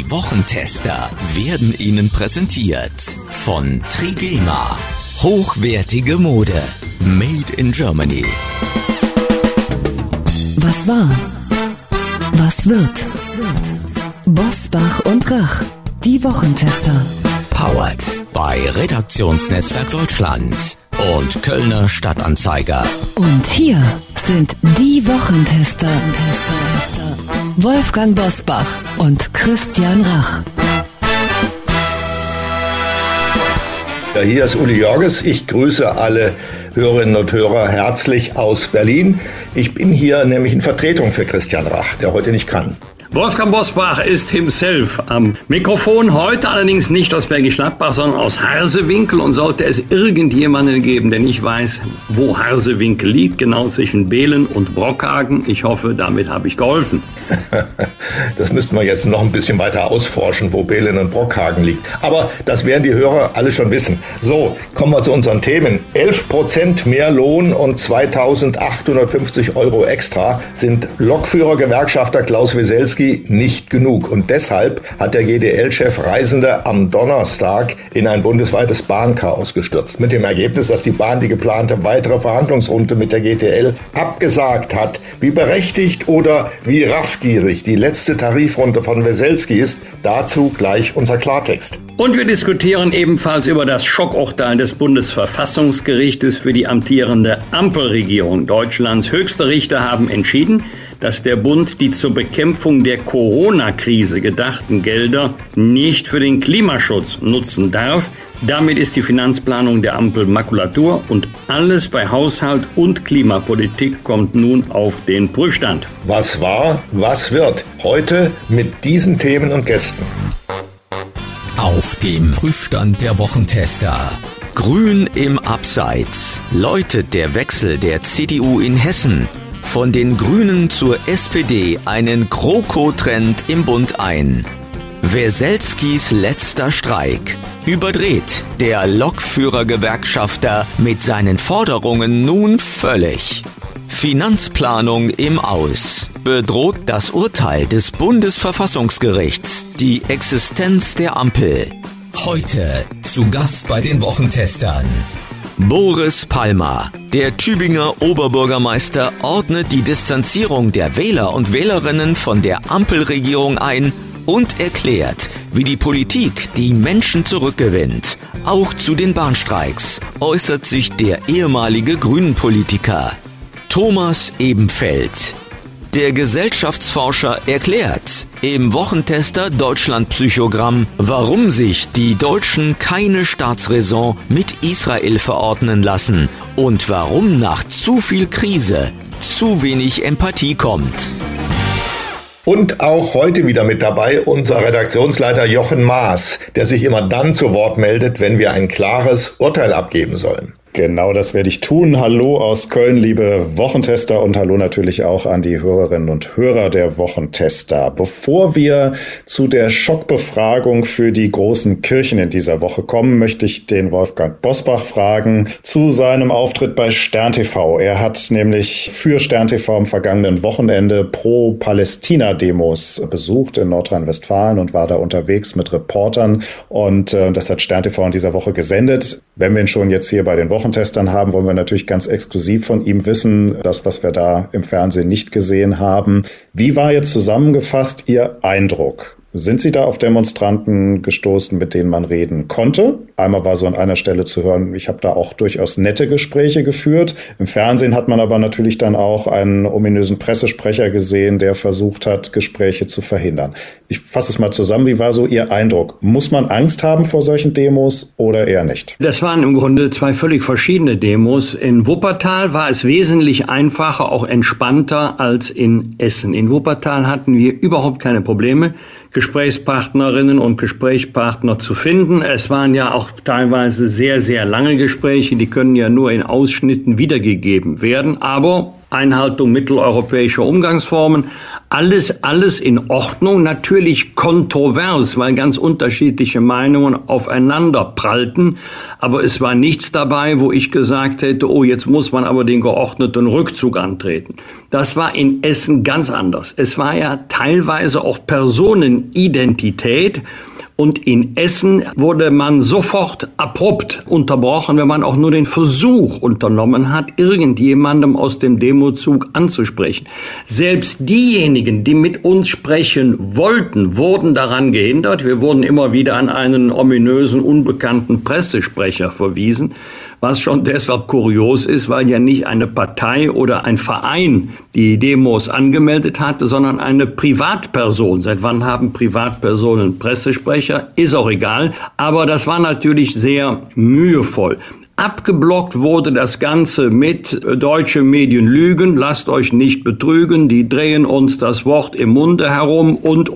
Wochentester werden Ihnen präsentiert von Trigema. Hochwertige Mode. Made in Germany. Was war? Was wird? Bosbach und Rach. Die Wochentester. Powered bei Redaktionsnetzwerk Deutschland und Kölner Stadtanzeiger. Und hier sind die Wochentester. Wolfgang Bosbach und Christian Rach. Ja, hier ist Uli Jörges. Ich grüße alle Hörerinnen und Hörer herzlich aus Berlin. Ich bin hier nämlich in Vertretung für Christian Rach, der heute nicht kann. Wolfgang Bosbach ist himself am Mikrofon, heute allerdings nicht aus Bergisch Gladbach, sondern aus Harsewinkel. Und sollte es irgendjemanden geben, der nicht weiß, wo Harsewinkel liegt, genau zwischen Behlen und Brockhagen, ich hoffe, damit habe ich geholfen. Das müssten wir jetzt noch ein bisschen weiter ausforschen, wo Behlen und Brockhagen liegt. Aber das werden die Hörer alle schon wissen. So, kommen wir zu unseren Themen. 11% mehr Lohn und 2.850 € extra sind Lokführer-Gewerkschafter Klaus Weselski nicht genug. Und deshalb hat der GDL-Chef Reisende am Donnerstag in ein bundesweites Bahnchaos gestürzt. Mit dem Ergebnis, dass die Bahn die geplante weitere Verhandlungsrunde mit der GDL abgesagt hat. Wie berechtigt oder wie raffgierig die letzte Tarifrunde von Weselski ist, dazu gleich unser Klartext. Und wir diskutieren ebenfalls über das Schockurteil des Bundesverfassungsgerichtes für die amtierende Ampelregierung. Deutschlands höchste Richter haben entschieden, dass der Bund die zur Bekämpfung der Corona-Krise gedachten Gelder nicht für den Klimaschutz nutzen darf. Damit ist die Finanzplanung der Ampel Makulatur und alles bei Haushalt und Klimapolitik kommt nun auf den Prüfstand. Was war, was wird? Heute mit diesen Themen und Gästen. Auf dem Prüfstand der Wochentester. Grün im Abseits läutet der Wechsel der CDU in Hessen von den Grünen zur SPD einen GroKo-Trend im Bund ein. Weselskis letzter Streik. Überdreht der Lokführer-Gewerkschafter mit seinen Forderungen nun völlig. Finanzplanung im Aus. Bedroht das Urteil des Bundesverfassungsgerichts die Existenz der Ampel. Heute zu Gast bei den Wochentestern. Boris Palmer, der Tübinger Oberbürgermeister, ordnet die Distanzierung der Wähler und Wählerinnen von der Ampelregierung ein und erklärt, wie die Politik die Menschen zurückgewinnt. Auch zu den Bahnstreiks äußert sich der ehemalige Grünen-Politiker Thomas Ebenfeld. Der Gesellschaftsforscher erklärt im Wochentester Deutschland-Psychogramm, warum sich die Deutschen keine Staatsräson mit Israel verordnen lassen und warum nach zu viel Krise zu wenig Empathie kommt. Und auch heute wieder mit dabei unser Redaktionsleiter Jochen Maas, der sich immer dann zu Wort meldet, wenn wir ein klares Urteil abgeben sollen. Genau, das werde ich tun. Hallo aus Köln, liebe Wochentester, und hallo natürlich auch an die Hörerinnen und Hörer der Wochentester. Bevor wir zu der Schockbefragung für die großen Kirchen in dieser Woche kommen, möchte ich den Wolfgang Bosbach fragen zu seinem Auftritt bei Stern TV. Er hat nämlich für Stern TV am vergangenen Wochenende Pro-Palästina-Demos besucht in Nordrhein-Westfalen und war da unterwegs mit Reportern. Und das hat Stern TV in dieser Woche gesendet. Wenn wir ihn schon jetzt hier bei den Wochentestern haben, wollen wir natürlich ganz exklusiv von ihm wissen, das, was wir da im Fernsehen nicht gesehen haben. Wie war jetzt zusammengefasst Ihr Eindruck? Sind Sie da auf Demonstranten gestoßen, mit denen man reden konnte? Einmal war so an einer Stelle zu hören, ich habe da auch durchaus nette Gespräche geführt. Im Fernsehen hat man aber natürlich dann auch einen ominösen Pressesprecher gesehen, der versucht hat, Gespräche zu verhindern. Ich fasse es mal zusammen, wie war so Ihr Eindruck? Muss man Angst haben vor solchen Demos oder eher nicht? Das waren im Grunde zwei völlig verschiedene Demos. In Wuppertal war es wesentlich einfacher, auch entspannter als in Essen. In Wuppertal hatten wir überhaupt keine Probleme, Gesprächspartnerinnen und Gesprächspartner zu finden. Es waren ja auch teilweise sehr, sehr lange Gespräche, die können ja nur in Ausschnitten wiedergegeben werden. Aber Einhaltung mitteleuropäischer Umgangsformen. Alles in Ordnung, natürlich kontrovers, weil ganz unterschiedliche Meinungen aufeinander prallten. Aber es war nichts dabei, wo ich gesagt hätte, oh, jetzt muss man aber den geordneten Rückzug antreten. Das war in Essen ganz anders. Es war ja teilweise auch Personenidentität. Und in Essen wurde man sofort abrupt unterbrochen, wenn man auch nur den Versuch unternommen hat, irgendjemandem aus dem Demozug anzusprechen. Selbst diejenigen, die mit uns sprechen wollten, wurden daran gehindert. Wir wurden immer wieder an einen ominösen, unbekannten Pressesprecher verwiesen. Was schon deshalb kurios ist, weil ja nicht eine Partei oder ein Verein die Demos angemeldet hatte, sondern eine Privatperson. Seit wann haben Privatpersonen Pressesprecher? Ist auch egal. Aber das war natürlich sehr mühevoll. Abgeblockt wurde das Ganze mit deutsche Medien lügen, lasst euch nicht betrügen, die drehen uns das Wort im Munde herum und.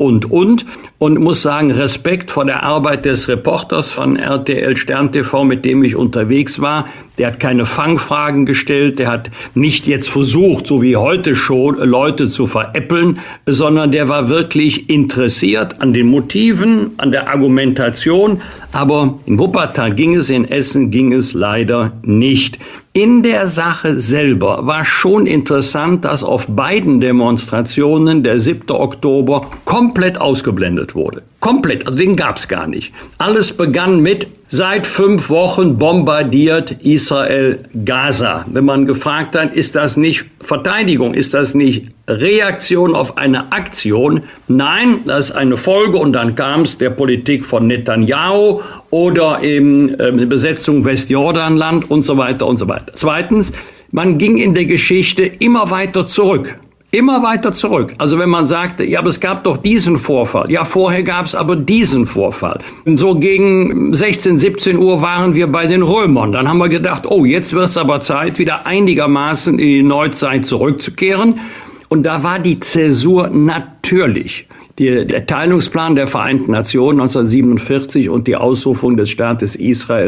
Und muss sagen, Respekt vor der Arbeit des Reporters von RTL Stern TV, mit dem ich unterwegs war. Der hat keine Fangfragen gestellt, der hat nicht jetzt versucht, so wie heute schon, Leute zu veräppeln, sondern der war wirklich interessiert an den Motiven, an der Argumentation. Aber in Wuppertal ging es, in Essen ging es leider nicht. In der Sache selber war schon interessant, dass auf beiden Demonstrationen der 7. Oktober komplett ausgeblendet wurde. Komplett, also den gab's gar nicht. Alles begann mit: Seit 5 Wochen bombardiert Israel Gaza. Wenn man gefragt hat, ist das nicht Verteidigung, ist das nicht Reaktion auf eine Aktion? Nein, das ist eine Folge, und dann kam es der Politik von Netanyahu oder eben Besetzung Westjordanland und so weiter und so weiter. Zweitens, man ging in der Geschichte immer weiter zurück. Immer weiter zurück. Also wenn man sagte, ja, aber es gab doch diesen Vorfall. Ja, vorher gab es aber diesen Vorfall. Und so gegen 16, 17 Uhr waren wir bei den Römern. Dann haben wir gedacht, oh, jetzt wird es aber Zeit, wieder einigermaßen in die Neuzeit zurückzukehren. Und da war die Zäsur natürlich. Der Teilungsplan der Vereinten Nationen 1947 und die Ausrufung des Staates Israel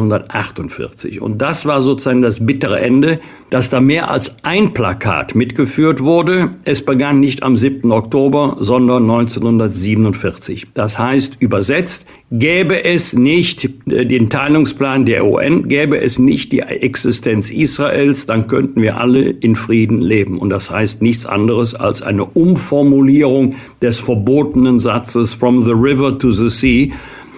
1948. Und das war sozusagen das bittere Ende, dass da mehr als ein Plakat mitgeführt wurde. Es begann nicht am 7. Oktober, sondern 1947. Das heißt, übersetzt, gäbe es nicht den Teilungsplan der UN, gäbe es nicht die Existenz Israels, dann könnten wir alle in Frieden leben. Und das heißt nichts anderes als eine Umformulierung des verbotenen Satzes "From the river to the sea",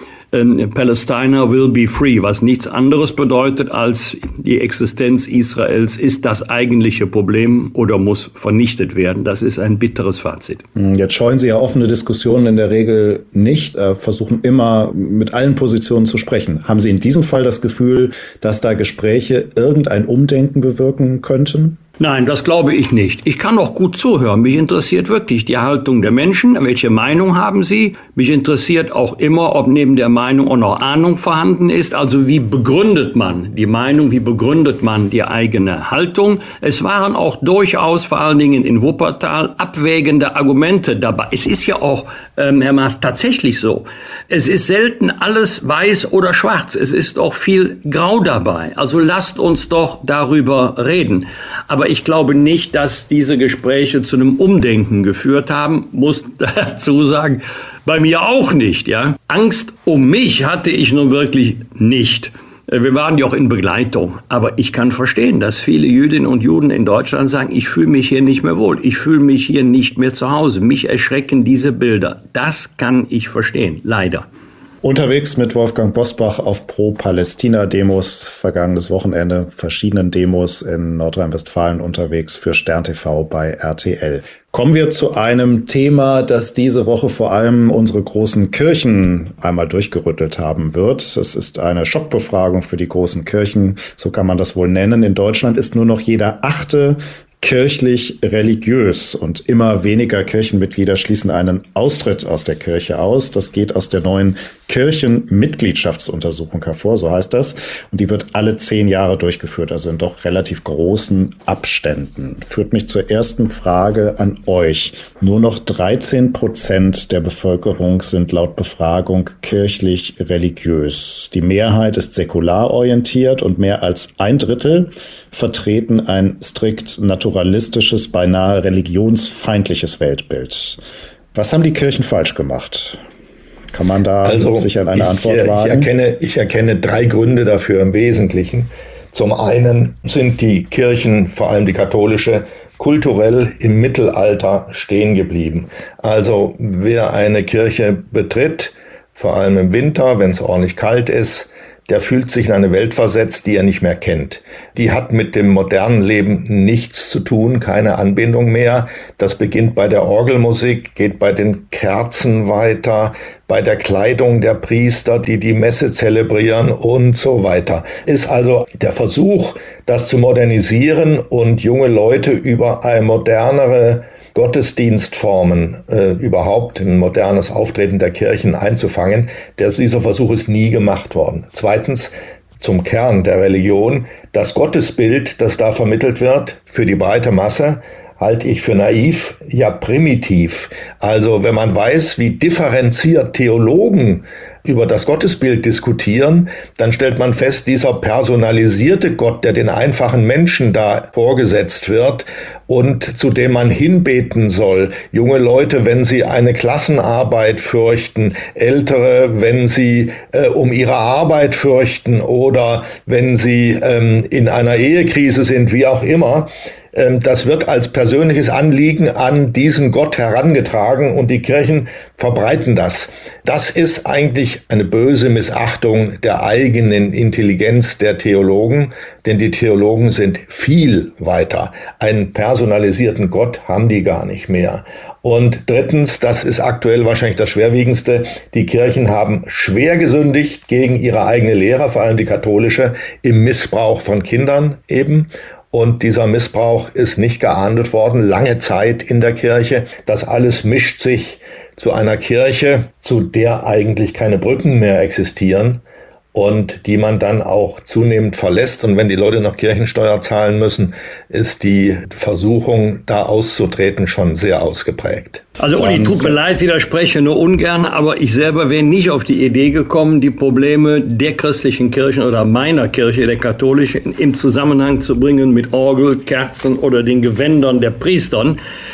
Palestina will be free, was nichts anderes bedeutet als die Existenz Israels ist das eigentliche Problem oder muss vernichtet werden. Das ist ein bitteres Fazit. Jetzt scheuen Sie ja offene Diskussionen in der Regel nicht, versuchen immer mit allen Positionen zu sprechen. Haben Sie in diesem Fall das Gefühl, dass da Gespräche irgendein Umdenken bewirken könnten? Nein, das glaube ich nicht. Ich kann auch gut zuhören. Mich interessiert wirklich die Haltung der Menschen. Welche Meinung haben sie? Mich interessiert auch immer, ob neben der Meinung auch noch Ahnung vorhanden ist. Also wie begründet man die Meinung? Wie begründet man die eigene Haltung? Es waren auch durchaus, vor allen Dingen in Wuppertal, abwägende Argumente dabei. Es ist ja auch, Herr Maas, tatsächlich so. Es ist selten alles weiß oder schwarz. Es ist auch viel Grau dabei. Also lasst uns doch darüber reden. Aber ich glaube nicht, dass diese Gespräche zu einem Umdenken geführt haben, muss dazu sagen, bei mir auch nicht, ja. Angst um mich hatte ich nun wirklich nicht. Wir waren ja auch in Begleitung. Aber ich kann verstehen, dass viele Jüdinnen und Juden in Deutschland sagen, ich fühle mich hier nicht mehr wohl. Ich fühle mich hier nicht mehr zu Hause. Mich erschrecken diese Bilder. Das kann ich verstehen, leider. Unterwegs mit Wolfgang Bosbach auf Pro-Palästina-Demos, vergangenes Wochenende, verschiedenen Demos in Nordrhein-Westfalen unterwegs für Stern TV bei RTL. Kommen wir zu einem Thema, das diese Woche vor allem unsere großen Kirchen einmal durchgerüttelt haben wird. Es ist eine Schockbefragung für die großen Kirchen, so kann man das wohl nennen. In Deutschland ist nur noch jeder 8. kirchlich religiös und immer weniger Kirchenmitglieder schließen einen Austritt aus der Kirche aus. Das geht aus der neuen Kirchenmitgliedschaftsuntersuchung hervor, so heißt das. Und die wird alle 10 Jahre durchgeführt, also in doch relativ großen Abständen. Führt mich zur ersten Frage an euch. Nur noch 13% der Bevölkerung sind laut Befragung kirchlich religiös. Die Mehrheit ist säkular orientiert und mehr als 1/3 vertreten ein strikt naturalistisches, beinahe religionsfeindliches Weltbild. Was haben die Kirchen falsch gemacht? Kann man da sich an eine Antwort wagen? Ich erkenne 3 Gründe dafür im Wesentlichen. Zum einen sind die Kirchen, vor allem die katholische, kulturell im Mittelalter stehen geblieben. Also wer eine Kirche betritt, vor allem im Winter, wenn es ordentlich kalt ist, der fühlt sich in eine Welt versetzt, die er nicht mehr kennt. Die hat mit dem modernen Leben nichts zu tun, keine Anbindung mehr. Das beginnt bei der Orgelmusik, geht bei den Kerzen weiter, bei der Kleidung der Priester, die die Messe zelebrieren und so weiter. Ist also der Versuch, das zu modernisieren und junge Leute über eine modernere Gottesdienstformen, überhaupt ein modernes Auftreten der Kirchen einzufangen. Dieser Versuch ist nie gemacht worden. Zweitens, zum Kern der Religion, das Gottesbild, das da vermittelt wird für die breite Masse, halte ich für naiv, ja primitiv. Also wenn man weiß, wie differenziert Theologen über das Gottesbild diskutieren, dann stellt man fest, dieser personalisierte Gott, der den einfachen Menschen da vorgesetzt wird und zu dem man hinbeten soll. Junge Leute, wenn sie eine Klassenarbeit fürchten, Ältere, wenn sie um ihre Arbeit fürchten oder wenn sie in einer Ehekrise sind, wie auch immer. Das wird als persönliches Anliegen an diesen Gott herangetragen und die Kirchen verbreiten das. Das ist eigentlich eine böse Missachtung der eigenen Intelligenz der Theologen, denn die Theologen sind viel weiter. Einen personalisierten Gott haben die gar nicht mehr. Und drittens, das ist aktuell wahrscheinlich das Schwerwiegendste, die Kirchen haben schwer gesündigt gegen ihre eigene Lehre, vor allem die katholische, im Missbrauch von Kindern eben. Und dieser Missbrauch ist nicht geahndet worden, lange Zeit in der Kirche. Das alles mischt sich zu einer Kirche, zu der eigentlich keine Brücken mehr existieren und die man dann auch zunehmend verlässt. Und wenn die Leute noch Kirchensteuer zahlen müssen, ist die Versuchung, da auszutreten, schon sehr ausgeprägt. Also Uli, tut mir leid, widerspreche nur ungern, aber ich selber wäre nicht auf die Idee gekommen, die Probleme der christlichen Kirchen oder meiner Kirche, der katholischen, im Zusammenhang zu bringen mit Orgel, Kerzen oder den Gewändern der Priestern.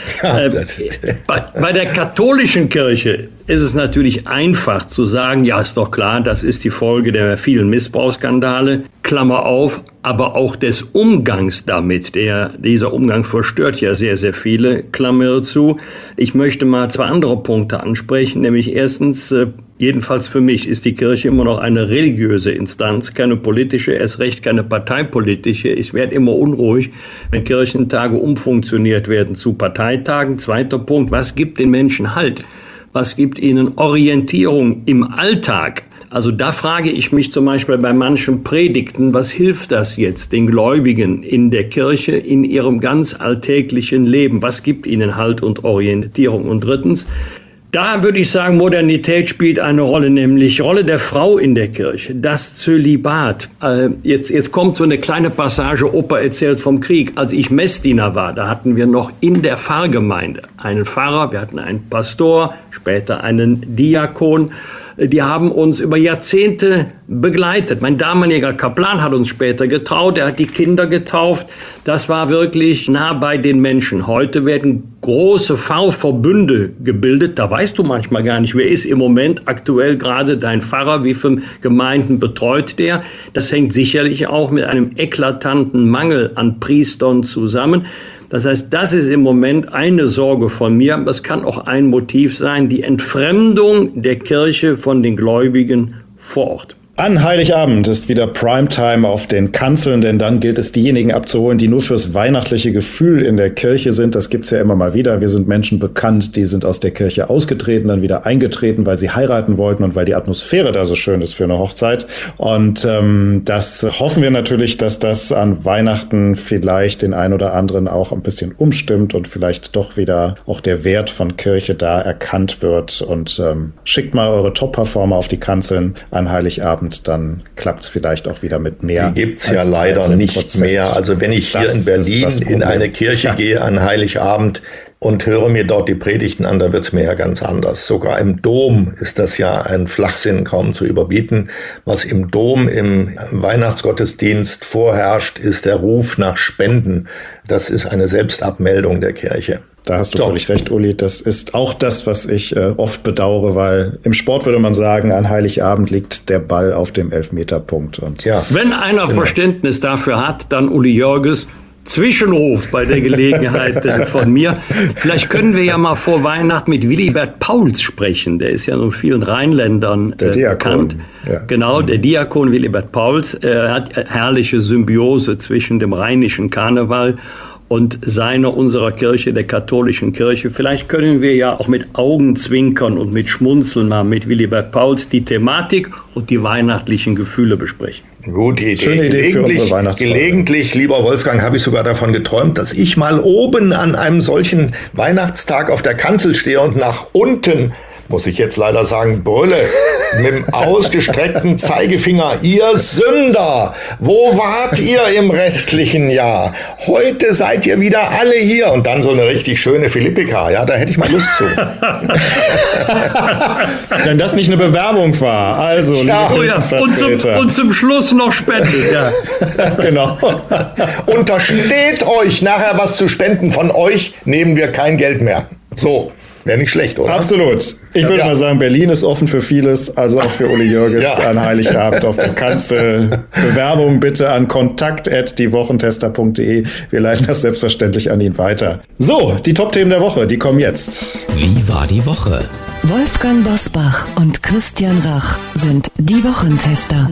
Bei der katholischen Kirche ist es natürlich einfach zu sagen, ja, ist doch klar, das ist die Folge der vielen Missbrauchsskandale, Klammer auf, aber auch des Umgangs damit. Dieser Umgang verstört ja sehr, sehr viele, Klammer zu. Ich möchte mal 2 andere Punkte ansprechen, nämlich erstens, jedenfalls für mich ist die Kirche immer noch eine religiöse Instanz, keine politische, erst recht keine parteipolitische. Ich werde immer unruhig, wenn Kirchentage umfunktioniert werden zu Parteitagen. Zweiter Punkt, was gibt den Menschen Halt? Was gibt ihnen Orientierung im Alltag? Also da frage ich mich zum Beispiel bei manchen Predigten, was hilft das jetzt den Gläubigen in der Kirche in ihrem ganz alltäglichen Leben? Was gibt ihnen Halt und Orientierung? Und drittens, da würde ich sagen, Modernität spielt eine Rolle, nämlich Rolle der Frau in der Kirche, das Zölibat. Jetzt kommt so eine kleine Passage, Opa erzählt vom Krieg. Als ich Messdiener war, da hatten wir noch in der Pfarrgemeinde einen Pfarrer, wir hatten einen Pastor, später einen Diakon. Die haben uns über Jahrzehnte begleitet. Mein damaliger Kaplan hat uns später getraut, er hat die Kinder getauft. Das war wirklich nah bei den Menschen. Heute werden große Pfarrverbünde gebildet. Da weißt du manchmal gar nicht, wer ist im Moment aktuell gerade dein Pfarrer, wie viele Gemeinden betreut der. Das hängt sicherlich auch mit einem eklatanten Mangel an Priestern zusammen. Das heißt, das ist im Moment eine Sorge von mir. Das kann auch ein Motiv sein, die Entfremdung der Kirche von den Gläubigen vor Ort. An Heiligabend ist wieder Primetime auf den Kanzeln, denn dann gilt es, diejenigen abzuholen, die nur fürs weihnachtliche Gefühl in der Kirche sind. Das gibt's ja immer mal wieder. Wir sind Menschen bekannt, die sind aus der Kirche ausgetreten, dann wieder eingetreten, weil sie heiraten wollten und weil die Atmosphäre da so schön ist für eine Hochzeit. Und das hoffen wir natürlich, dass das an Weihnachten vielleicht den einen oder anderen auch ein bisschen umstimmt und vielleicht doch wieder auch der Wert von Kirche da erkannt wird. Und schickt mal eure Top-Performer auf die Kanzeln an Heiligabend. Dann klappt es vielleicht auch wieder mit mehr. Die gibt es ja leider nicht mehr. Also wenn ich hier in Berlin in eine Kirche gehe an Heiligabend und höre mir dort die Predigten an, da wird's mir ja ganz anders. Sogar im Dom ist das ja ein Flachsinn kaum zu überbieten. Was im Dom im Weihnachtsgottesdienst vorherrscht, ist der Ruf nach Spenden. Das ist eine Selbstabmeldung der Kirche. Da hast du völlig recht, Uli. Das ist auch das, was ich oft bedauere, weil im Sport würde man sagen, an Heiligabend liegt der Ball auf dem Elfmeterpunkt. Und ja, wenn einer Verständnis dafür hat, dann Uli Jörges. Zwischenruf bei der Gelegenheit von mir. Vielleicht können wir ja mal vor Weihnachten mit Willibert Pauls sprechen. Der ist ja in vielen Rheinländern bekannt. Ja. Genau, der Diakon Willibert Pauls. Er hat herrliche Symbiose zwischen dem rheinischen Karneval und unserer Kirche, der katholischen Kirche. Vielleicht können wir ja auch mit Augenzwinkern und mit Schmunzeln mal mit Willibert Pauls die Thematik und die weihnachtlichen Gefühle besprechen. Gute Idee. Schöne Idee für unsere Weihnachtsfeier. Gelegentlich, lieber Wolfgang, habe ich sogar davon geträumt, dass ich mal oben an einem solchen Weihnachtstag auf der Kanzel stehe und nach unten, muss ich jetzt leider sagen, brülle, mit dem ausgestreckten Zeigefinger, ihr Sünder, wo wart ihr im restlichen Jahr? Heute seid ihr wieder alle hier. Und dann so eine richtig schöne Philippika, ja, da hätte ich mal Lust zu. Wenn das nicht eine Bewerbung war, also ja. Und zum Schluss noch Spenden, ja. Genau. Untersteht euch, nachher was zu spenden. Von euch nehmen wir kein Geld mehr. So. Wäre nicht schlecht, oder? Absolut. Ich würde mal sagen, Berlin ist offen für vieles, also auch für Uli Jörges an Heiligabend auf der Kanzel. Bewerbung bitte an kontakt@diewochentester.de. Wir leiten das selbstverständlich an ihn weiter. So, die Top-Themen der Woche, die kommen jetzt. Wie war die Woche? Wolfgang Bosbach und Christian Rach sind die Wochentester.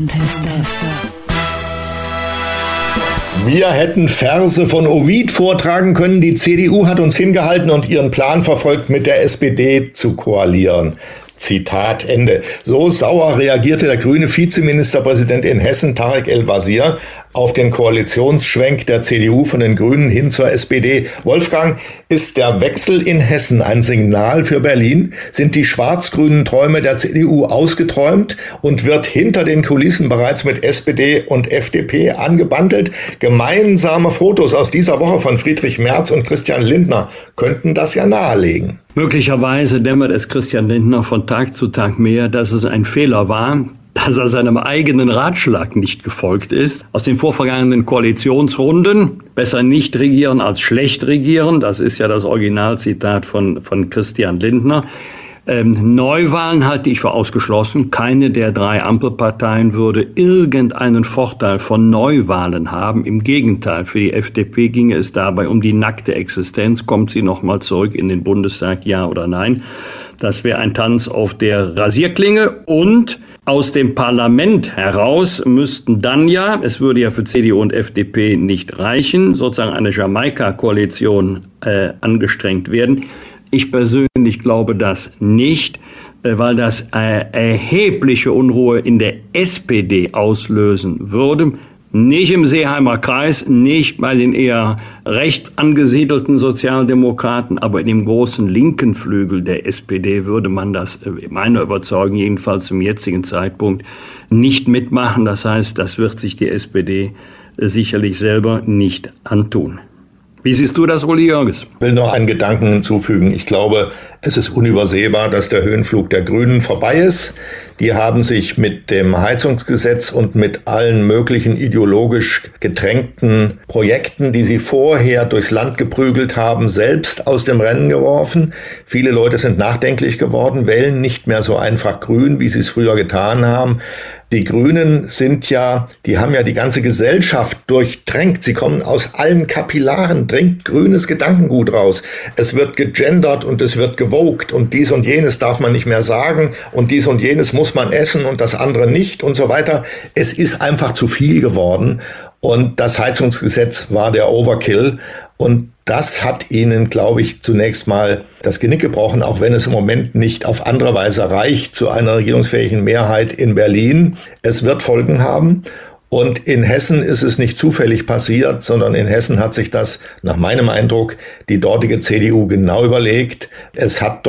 Wir hätten Verse von Ovid vortragen können. Die CDU hat uns hingehalten und ihren Plan verfolgt, mit der SPD zu koalieren. Zitat Ende. So sauer reagierte der grüne Vizeministerpräsident in Hessen, Tarek El-Wazir, auf den Koalitionsschwenk der CDU von den Grünen hin zur SPD. Wolfgang, ist der Wechsel in Hessen ein Signal für Berlin? Sind die schwarz-grünen Träume der CDU ausgeträumt und wird hinter den Kulissen bereits mit SPD und FDP angebandelt? Gemeinsame Fotos aus dieser Woche von Friedrich Merz und Christian Lindner könnten das ja nahelegen. Möglicherweise dämmert es Christian Lindner von Tag zu Tag mehr, dass es ein Fehler war, dass er seinem eigenen Ratschlag nicht gefolgt ist. Aus den vorvergangenen Koalitionsrunden, besser nicht regieren als schlecht regieren, das ist ja das Originalzitat von Christian Lindner. Neuwahlen halte ich für ausgeschlossen. Keine der 3 Ampelparteien würde irgendeinen Vorteil von Neuwahlen haben. Im Gegenteil, für die FDP ginge es dabei um die nackte Existenz. Kommt sie nochmal zurück in den Bundestag, ja oder nein? Das wäre ein Tanz auf der Rasierklinge. Und aus dem Parlament heraus müssten dann ja, es würde ja für CDU und FDP nicht reichen, sozusagen eine Jamaika-Koalition angestrengt werden. Ich persönlich glaube das nicht, weil das erhebliche Unruhe in der SPD auslösen würde. Nicht im Seeheimer Kreis, nicht bei den eher rechts angesiedelten Sozialdemokraten, aber in dem großen linken Flügel der SPD würde man das, meiner Überzeugung jedenfalls zum jetzigen Zeitpunkt, nicht mitmachen. Das heißt, das wird sich die SPD sicherlich selber nicht antun. Wie siehst du das, Uli Jörges? Ich will noch einen Gedanken hinzufügen. Ich glaube, es ist unübersehbar, dass der Höhenflug der Grünen vorbei ist. Die haben sich mit dem Heizungsgesetz und mit allen möglichen ideologisch getränkten Projekten, die sie vorher durchs Land geprügelt haben, selbst aus dem Rennen geworfen. Viele Leute sind nachdenklich geworden, wählen nicht mehr so einfach grün, wie sie es früher getan haben. Die Grünen die haben ja die ganze Gesellschaft durchdrängt. Sie kommen aus allen Kapillaren, dringt grünes Gedankengut raus. Es wird gegendert und es wird gewogt und dies und jenes darf man nicht mehr sagen und dies und jenes muss man essen und das andere nicht und so weiter. Es ist einfach zu viel geworden und das Heizungsgesetz war der Overkill und das hat ihnen, glaube ich, zunächst mal das Genick gebrochen, auch wenn es im Moment nicht auf andere Weise reicht zu einer regierungsfähigen Mehrheit in Berlin. Es wird Folgen haben. Und in Hessen ist es nicht zufällig passiert, sondern in Hessen hat sich das, nach meinem Eindruck, die dortige CDU genau überlegt. Es hat dort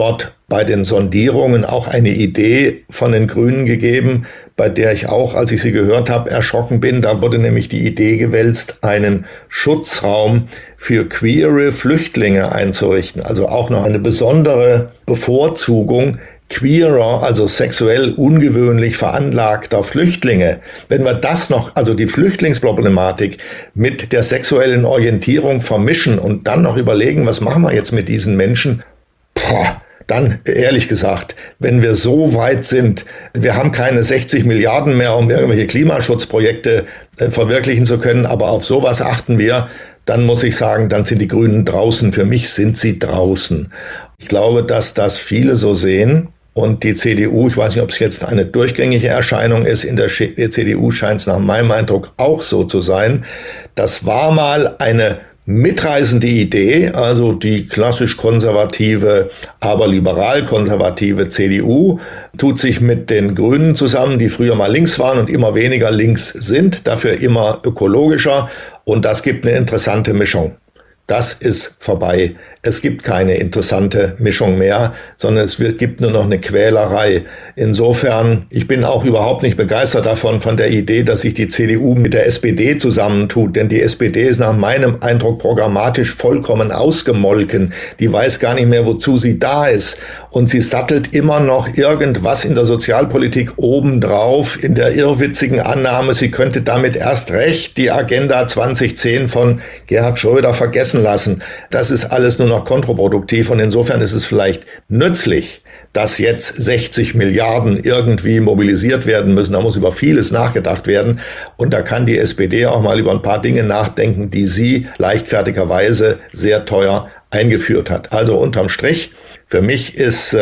bei den Sondierungen auch eine Idee von den Grünen gegeben, bei der ich auch, als ich sie gehört habe, erschrocken bin. Da wurde nämlich die Idee gewälzt, einen Schutzraum für queere Flüchtlinge einzurichten. Also auch noch eine besondere Bevorzugung queerer, also sexuell ungewöhnlich veranlagter Flüchtlinge. Wenn wir das noch, also die Flüchtlingsproblematik mit der sexuellen Orientierung vermischen und dann noch überlegen, was machen wir jetzt mit diesen Menschen, dann, ehrlich gesagt, wenn wir so weit sind, wir haben keine 60 Milliarden mehr, um irgendwelche Klimaschutzprojekte verwirklichen zu können, aber auf sowas achten wir, dann muss ich sagen, dann sind die Grünen draußen. Für mich sind sie draußen. Ich glaube, dass das viele so sehen. Und die CDU, ich weiß nicht, ob es jetzt eine durchgängige Erscheinung ist, in der CDU scheint es nach meinem Eindruck auch so zu sein. Das war mal eine mitreißende Idee, also die klassisch konservative, aber liberal-konservative CDU tut sich mit den Grünen zusammen, die früher mal links waren und immer weniger links sind, dafür immer ökologischer, und das gibt eine interessante Mischung. Das ist vorbei. Es gibt keine interessante Mischung mehr, sondern es gibt nur noch eine Quälerei. Insofern, ich bin auch überhaupt nicht begeistert davon, von der Idee, dass sich die CDU mit der SPD zusammentut. Denn die SPD ist nach meinem Eindruck programmatisch vollkommen ausgemolken. Die weiß gar nicht mehr, wozu sie da ist. Und sie sattelt immer noch irgendwas in der Sozialpolitik obendrauf, in der irrwitzigen Annahme, sie könnte damit erst recht die Agenda 2010 von Gerhard Schröder vergessen lassen. Das ist alles nur noch kontraproduktiv, und insofern ist es vielleicht nützlich, dass jetzt 60 Milliarden irgendwie mobilisiert werden müssen. Da muss über vieles nachgedacht werden, und da kann die SPD auch mal über ein paar Dinge nachdenken, die sie leichtfertigerweise sehr teuer eingeführt hat. Also unterm Strich, für mich ist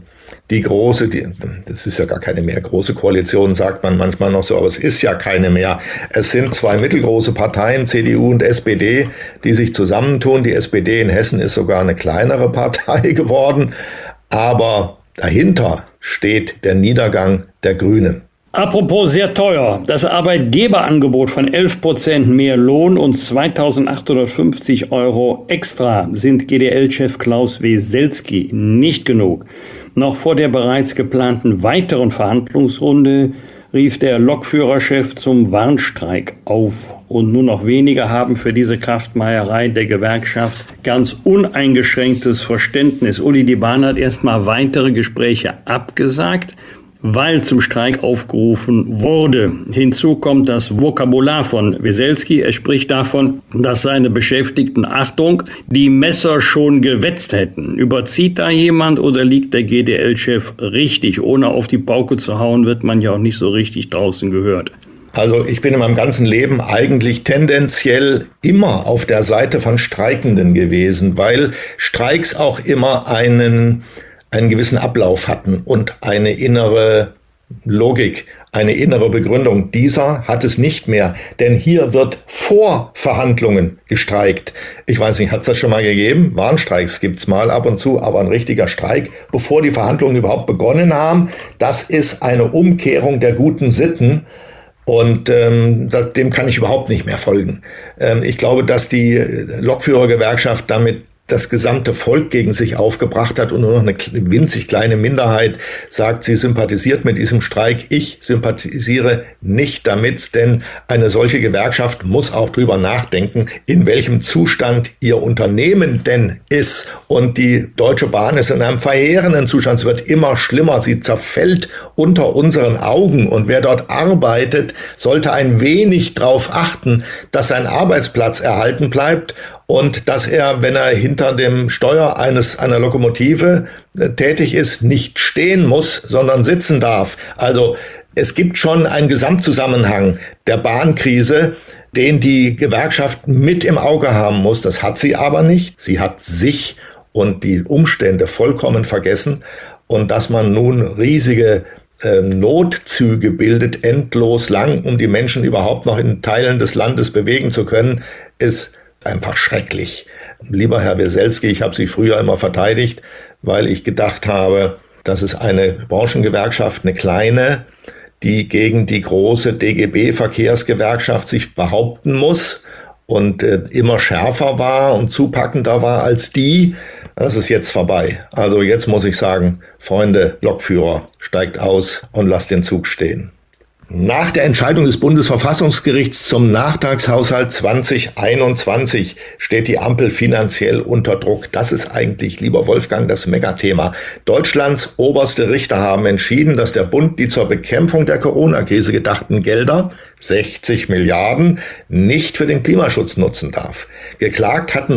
das ist ja gar keine mehr, große Koalition sagt man manchmal noch so, aber es ist ja keine mehr. Es sind zwei mittelgroße Parteien, CDU und SPD, die sich zusammentun. Die SPD in Hessen ist sogar eine kleinere Partei geworden, aber dahinter steht der Niedergang der Grünen. Apropos sehr teuer, das Arbeitgeberangebot von 11% mehr Lohn und 2.850 € extra sind GDL-Chef Klaus Weselski nicht genug. Noch vor der bereits geplanten weiteren Verhandlungsrunde rief der Lokführerchef zum Warnstreik auf. Und nur noch wenige haben für diese Kraftmeierei der Gewerkschaft ganz uneingeschränktes Verständnis. Uli Dibahn hat erstmal weitere Gespräche abgesagt, weil zum Streik aufgerufen wurde. Hinzu kommt das Vokabular von Weselski. Er spricht davon, dass seine Beschäftigten, Achtung, die Messer schon gewetzt hätten. Überzieht da jemand oder liegt der GDL-Chef richtig? Ohne auf die Pauke zu hauen, wird man ja auch nicht so richtig draußen gehört. Also ich bin in meinem ganzen Leben eigentlich tendenziell immer auf der Seite von Streikenden gewesen, weil Streiks auch immer einen gewissen Ablauf hatten und eine innere Logik, eine innere Begründung. Dieser hat es nicht mehr, denn hier wird vor Verhandlungen gestreikt. Ich weiß nicht, hat es das schon mal gegeben? Warnstreiks gibt's mal ab und zu, aber ein richtiger Streik, bevor die Verhandlungen überhaupt begonnen haben, das ist eine Umkehrung der guten Sitten. Und dem kann ich überhaupt nicht mehr folgen. Ich glaube, dass die Lokführergewerkschaft damit das gesamte Volk gegen sich aufgebracht hat und nur noch eine winzig kleine Minderheit sagt, sie sympathisiert mit diesem Streik. Ich sympathisiere nicht damit, denn eine solche Gewerkschaft muss auch drüber nachdenken, in welchem Zustand ihr Unternehmen denn ist. Und die Deutsche Bahn ist in einem verheerenden Zustand. Es wird immer schlimmer. Sie zerfällt unter unseren Augen. Und wer dort arbeitet, sollte ein wenig darauf achten, dass sein Arbeitsplatz erhalten bleibt und dass er, wenn er hinter dem Steuer einer Lokomotive tätig ist, nicht stehen muss, sondern sitzen darf. Also es gibt schon einen Gesamtzusammenhang der Bahnkrise, den die Gewerkschaft mit im Auge haben muss. Das hat sie aber nicht. Sie hat sich und die Umstände vollkommen vergessen. Und dass man nun riesige Notzüge bildet, endlos lang, um die Menschen überhaupt noch in Teilen des Landes bewegen zu können, ist einfach schrecklich. Lieber Herr Weselski, ich habe Sie früher immer verteidigt, weil ich gedacht habe, das ist eine Branchengewerkschaft, eine kleine, die gegen die große DGB-Verkehrsgewerkschaft sich behaupten muss. und immer schärfer war und zupackender war als die. Das ist jetzt vorbei. Also jetzt muss ich sagen, Freunde, Lokführer, steigt aus und lasst den Zug stehen. Nach der Entscheidung des Bundesverfassungsgerichts zum Nachtragshaushalt 2021 steht die Ampel finanziell unter Druck. Das ist eigentlich, lieber Wolfgang, das Megathema. Deutschlands oberste Richter haben entschieden, dass der Bund die zur Bekämpfung der Corona-Krise gedachten Gelder, 60 Milliarden, nicht für den Klimaschutz nutzen darf. Geklagt hatten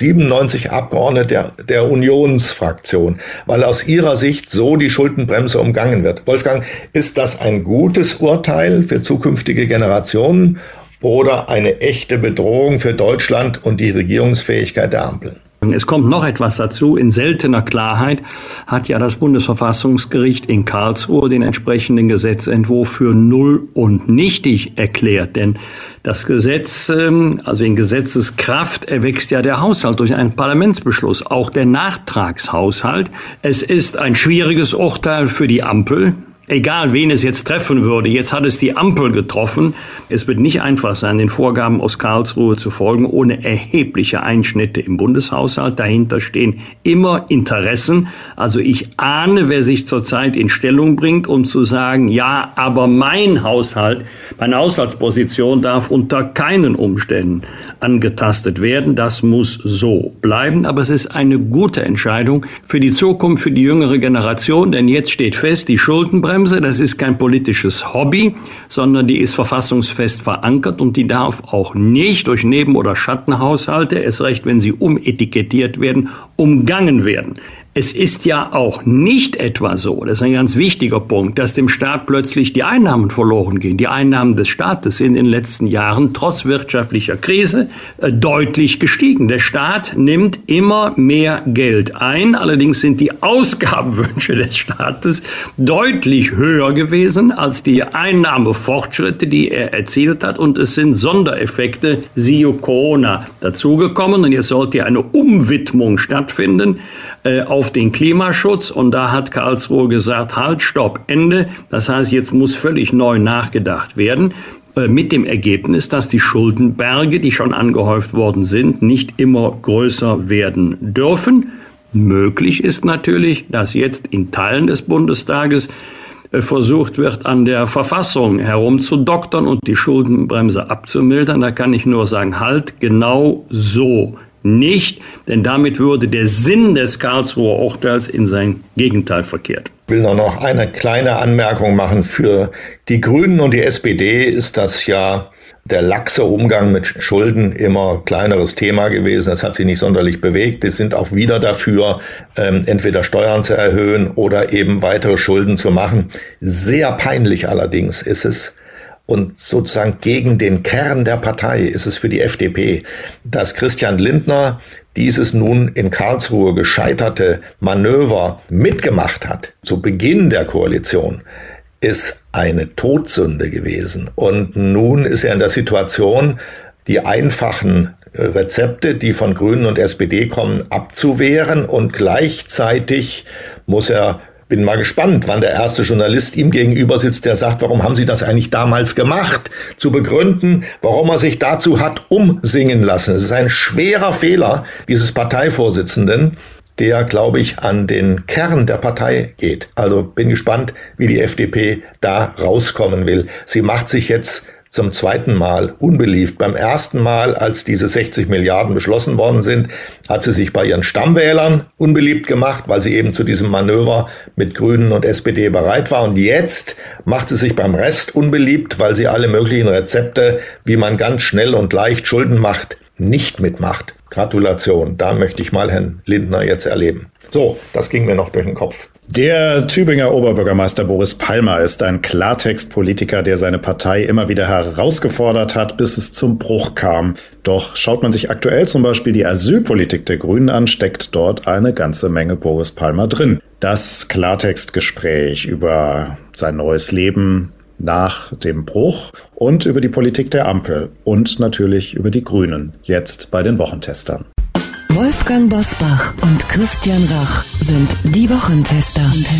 197 Abgeordnete der Unionsfraktion, weil aus ihrer Sicht so die Schuldenbremse umgangen wird. Wolfgang, ist das ein gutes Urteil für zukünftige Generationen oder eine echte Bedrohung für Deutschland und die Regierungsfähigkeit der Ampel? Es kommt noch etwas dazu. In seltener Klarheit hat ja das Bundesverfassungsgericht in Karlsruhe den entsprechenden Gesetzentwurf für null und nichtig erklärt. Denn das Gesetz, also in Gesetzeskraft, erwächst ja der Haushalt durch einen Parlamentsbeschluss, auch der Nachtragshaushalt. Es ist ein schwieriges Urteil für die Ampel. Egal, wen es jetzt treffen würde, jetzt hat es die Ampel getroffen. Es wird nicht einfach sein, den Vorgaben aus Karlsruhe zu folgen, ohne erhebliche Einschnitte im Bundeshaushalt. Dahinter stehen immer Interessen. Also ich ahne, wer sich zurzeit in Stellung bringt, um zu sagen, ja, aber mein Haushalt, meine Haushaltsposition darf unter keinen Umständen angetastet werden. Das muss so bleiben. Aber es ist eine gute Entscheidung für die Zukunft, für die jüngere Generation. Denn jetzt steht fest, die Schuldenbremse, das ist kein politisches Hobby, sondern die ist verfassungsfest verankert und die darf auch nicht durch Neben- oder Schattenhaushalte, erst recht, wenn sie umetikettiert werden, umgangen werden. Es ist ja auch nicht etwa so, das ist ein ganz wichtiger Punkt, dass dem Staat plötzlich die Einnahmen verloren gehen. Die Einnahmen des Staates sind in den letzten Jahren trotz wirtschaftlicher Krise deutlich gestiegen. Der Staat nimmt immer mehr Geld ein, allerdings sind die Ausgabenwünsche des Staates deutlich höher gewesen als die Einnahmefortschritte, die er erzielt hat, und es sind Sondereffekte, siehe Corona, dazugekommen und jetzt sollte eine Umwidmung stattfinden auf den Klimaschutz, und da hat Karlsruhe gesagt, halt, stopp, Ende. Das heißt, jetzt muss völlig neu nachgedacht werden, mit dem Ergebnis, dass die Schuldenberge, die schon angehäuft worden sind, nicht immer größer werden dürfen. Möglich ist natürlich, dass jetzt in Teilen des Bundestages versucht wird, an der Verfassung herumzudoktern und die Schuldenbremse abzumildern. Da kann ich nur sagen, halt, genau so nicht, denn damit würde der Sinn des Karlsruher Urteils in sein Gegenteil verkehrt. Ich will noch eine kleine Anmerkung machen. Für die Grünen und die SPD ist das ja der laxe Umgang mit Schulden immer kleineres Thema gewesen. Das hat sie nicht sonderlich bewegt. Die sind auch wieder dafür, entweder Steuern zu erhöhen oder eben weitere Schulden zu machen. Sehr peinlich allerdings ist es, und sozusagen gegen den Kern der Partei ist es für die FDP, dass Christian Lindner dieses nun in Karlsruhe gescheiterte Manöver mitgemacht hat. Zu Beginn der Koalition ist eine Todsünde gewesen. Und nun ist er in der Situation, die einfachen Rezepte, die von Grünen und SPD kommen, abzuwehren, und gleichzeitig muss er, bin mal gespannt, wann der erste Journalist ihm gegenüber sitzt, der sagt, warum haben Sie das eigentlich damals gemacht? Zu begründen, warum er sich dazu hat umsingen lassen. Es ist ein schwerer Fehler dieses Parteivorsitzenden, der, glaube ich, an den Kern der Partei geht. Also bin gespannt, wie die FDP da rauskommen will. Sie macht sich jetzt zum zweiten Mal unbeliebt. Beim ersten Mal, als diese 60 Milliarden beschlossen worden sind, hat sie sich bei ihren Stammwählern unbeliebt gemacht, weil sie eben zu diesem Manöver mit Grünen und SPD bereit war. Und jetzt macht sie sich beim Rest unbeliebt, weil sie alle möglichen Rezepte, wie man ganz schnell und leicht Schulden macht, nicht mitmacht. Gratulation, da möchte ich mal Herrn Lindner jetzt erleben. So, das ging mir noch durch den Kopf. Der Tübinger Oberbürgermeister Boris Palmer ist ein Klartextpolitiker, der seine Partei immer wieder herausgefordert hat, bis es zum Bruch kam. Doch schaut man sich aktuell zum Beispiel die Asylpolitik der Grünen an, steckt dort eine ganze Menge Boris Palmer drin. Das Klartextgespräch über sein neues Leben nach dem Bruch und über die Politik der Ampel und natürlich über die Grünen, jetzt bei den Wochentestern. Wolfgang Bosbach und Christian Rach sind die Wochentester.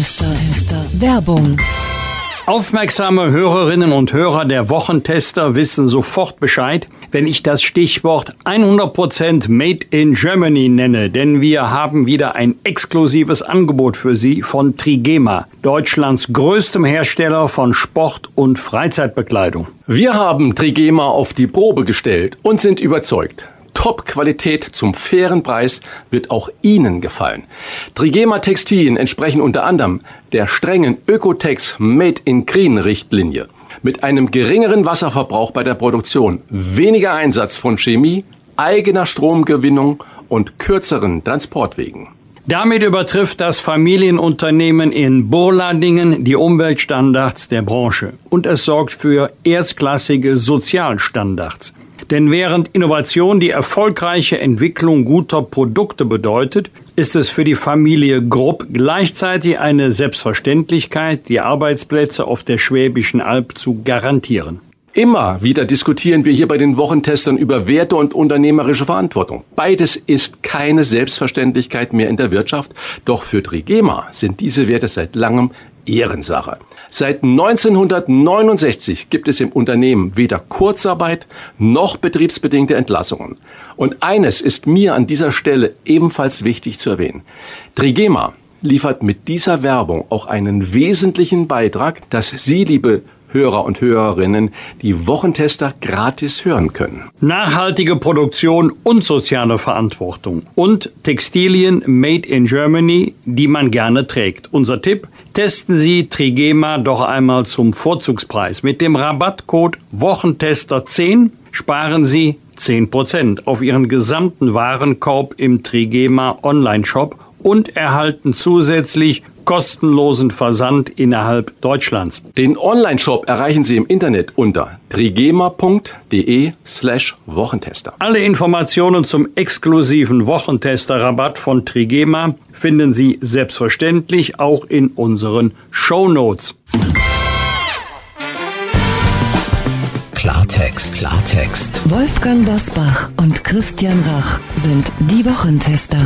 Werbung. Aufmerksame Hörerinnen und Hörer der Wochentester wissen sofort Bescheid, wenn ich das Stichwort 100% Made in Germany nenne, denn wir haben wieder ein exklusives Angebot für Sie von Trigema, Deutschlands größtem Hersteller von Sport- und Freizeitbekleidung. Wir haben Trigema auf die Probe gestellt und sind überzeugt. Top-Qualität zum fairen Preis wird auch Ihnen gefallen. Trigema Textilien entsprechen unter anderem der strengen Ökotex Made in Green Richtlinie. Mit einem geringeren Wasserverbrauch bei der Produktion, weniger Einsatz von Chemie, eigener Stromgewinnung und kürzeren Transportwegen. Damit übertrifft das Familienunternehmen in Burladingen die Umweltstandards der Branche und es sorgt für erstklassige Sozialstandards. Denn während Innovation die erfolgreiche Entwicklung guter Produkte bedeutet, ist es für die Familie Grupp gleichzeitig eine Selbstverständlichkeit, die Arbeitsplätze auf der Schwäbischen Alb zu garantieren. Immer wieder diskutieren wir hier bei den Wochentestern über Werte und unternehmerische Verantwortung. Beides ist keine Selbstverständlichkeit mehr in der Wirtschaft, doch für Trigema sind diese Werte seit langem Ehrensache. Seit 1969 gibt es im Unternehmen weder Kurzarbeit noch betriebsbedingte Entlassungen. Und eines ist mir an dieser Stelle ebenfalls wichtig zu erwähnen. Trigema liefert mit dieser Werbung auch einen wesentlichen Beitrag, dass Sie, liebe Hörer und Hörerinnen, die Wochentester gratis hören können. Nachhaltige Produktion und soziale Verantwortung und Textilien made in Germany, die man gerne trägt. Unser Tipp: Testen Sie Trigema doch einmal zum Vorzugspreis. Mit dem Rabattcode Wochentester10 sparen Sie 10% auf Ihren gesamten Warenkorb im Trigema Online-Shop und erhalten zusätzlich kostenlosen Versand innerhalb Deutschlands. Den Online-Shop erreichen Sie im Internet unter trigema.de/Wochentester. Alle Informationen zum exklusiven Wochentester-Rabatt von Trigema finden Sie selbstverständlich auch in unseren Shownotes. Klartext. Wolfgang Bosbach und Christian Rach sind die Wochentester.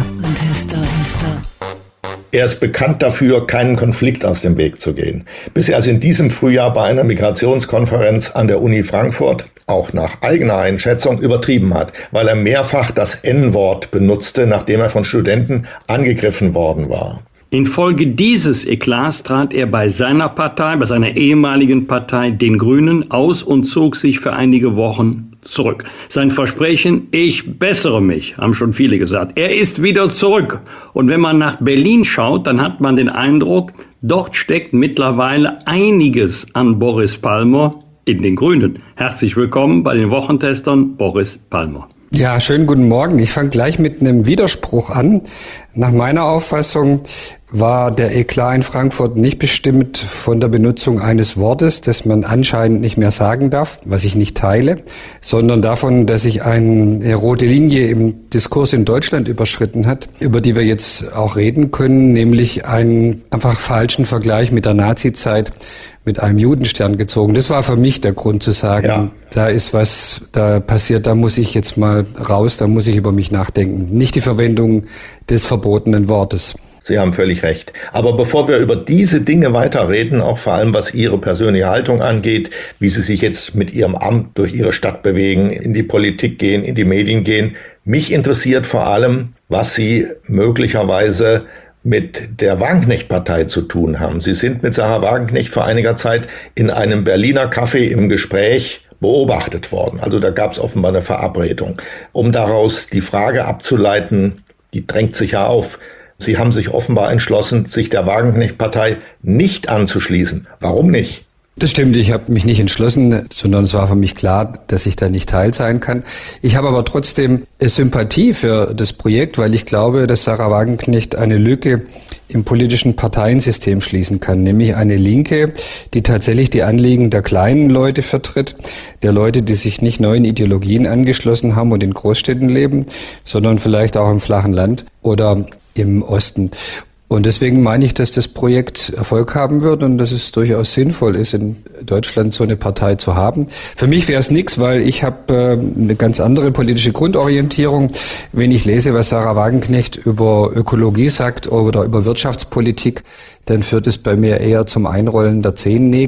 Er ist bekannt dafür, keinen Konflikt aus dem Weg zu gehen. Bis er es in diesem Frühjahr bei einer Migrationskonferenz an der Uni Frankfurt auch nach eigener Einschätzung übertrieben hat, weil er mehrfach das N-Wort benutzte, nachdem er von Studenten angegriffen worden war. Infolge dieses Eklats trat er bei seiner Partei, bei seiner ehemaligen Partei, den Grünen, aus und zog sich für einige Wochen zurück. Sein Versprechen, ich bessere mich, haben schon viele gesagt. Er ist wieder zurück. Und wenn man nach Berlin schaut, dann hat man den Eindruck, dort steckt mittlerweile einiges an Boris Palmer in den Grünen. Herzlich willkommen bei den Wochentestern, Boris Palmer. Ja, schönen guten Morgen. Ich fange gleich mit einem Widerspruch an. Nach meiner Auffassung war der Eklat in Frankfurt nicht bestimmt von der Benutzung eines Wortes, das man anscheinend nicht mehr sagen darf, was ich nicht teile, sondern davon, dass sich eine rote Linie im Diskurs in Deutschland überschritten hat, über die wir jetzt auch reden können, nämlich einen einfach falschen Vergleich mit der Nazizeit mit einem Judenstern gezogen. Das war für mich der Grund zu sagen, ja, da ist was da passiert, da muss ich jetzt mal raus, da muss ich über mich nachdenken. Nicht die Verwendung des verbotenen Wortes. Sie haben völlig recht. Aber bevor wir über diese Dinge weiterreden, auch vor allem was Ihre persönliche Haltung angeht, wie Sie sich jetzt mit Ihrem Amt durch Ihre Stadt bewegen, in die Politik gehen, in die Medien gehen, mich interessiert vor allem, was Sie möglicherweise mit der Wagenknecht-Partei zu tun haben. Sie sind mit Sarah Wagenknecht vor einiger Zeit in einem Berliner Café im Gespräch beobachtet worden. Also da gab es offenbar eine Verabredung. Um daraus die Frage abzuleiten, die drängt sich ja auf. Sie haben sich offenbar entschlossen, sich der Wagenknecht-Partei nicht anzuschließen. Warum nicht? Das stimmt, ich habe mich nicht entschlossen, sondern es war für mich klar, dass ich da nicht Teil sein kann. Ich habe aber trotzdem Sympathie für das Projekt, weil ich glaube, dass Sarah Wagenknecht eine Lücke im politischen Parteiensystem schließen kann, nämlich eine Linke, die tatsächlich die Anliegen der kleinen Leute vertritt, der Leute, die sich nicht neuen Ideologien angeschlossen haben und in Großstädten leben, sondern vielleicht auch im flachen Land oder im Osten. Und deswegen meine ich, dass das Projekt Erfolg haben wird und dass es durchaus sinnvoll ist, in Deutschland so eine Partei zu haben. Für mich wäre es nichts, weil ich habe eine ganz andere politische Grundorientierung. Wenn ich lese, was Sarah Wagenknecht über Ökologie sagt oder über Wirtschaftspolitik, dann führt es bei mir eher zum Einrollen der Zehennägel.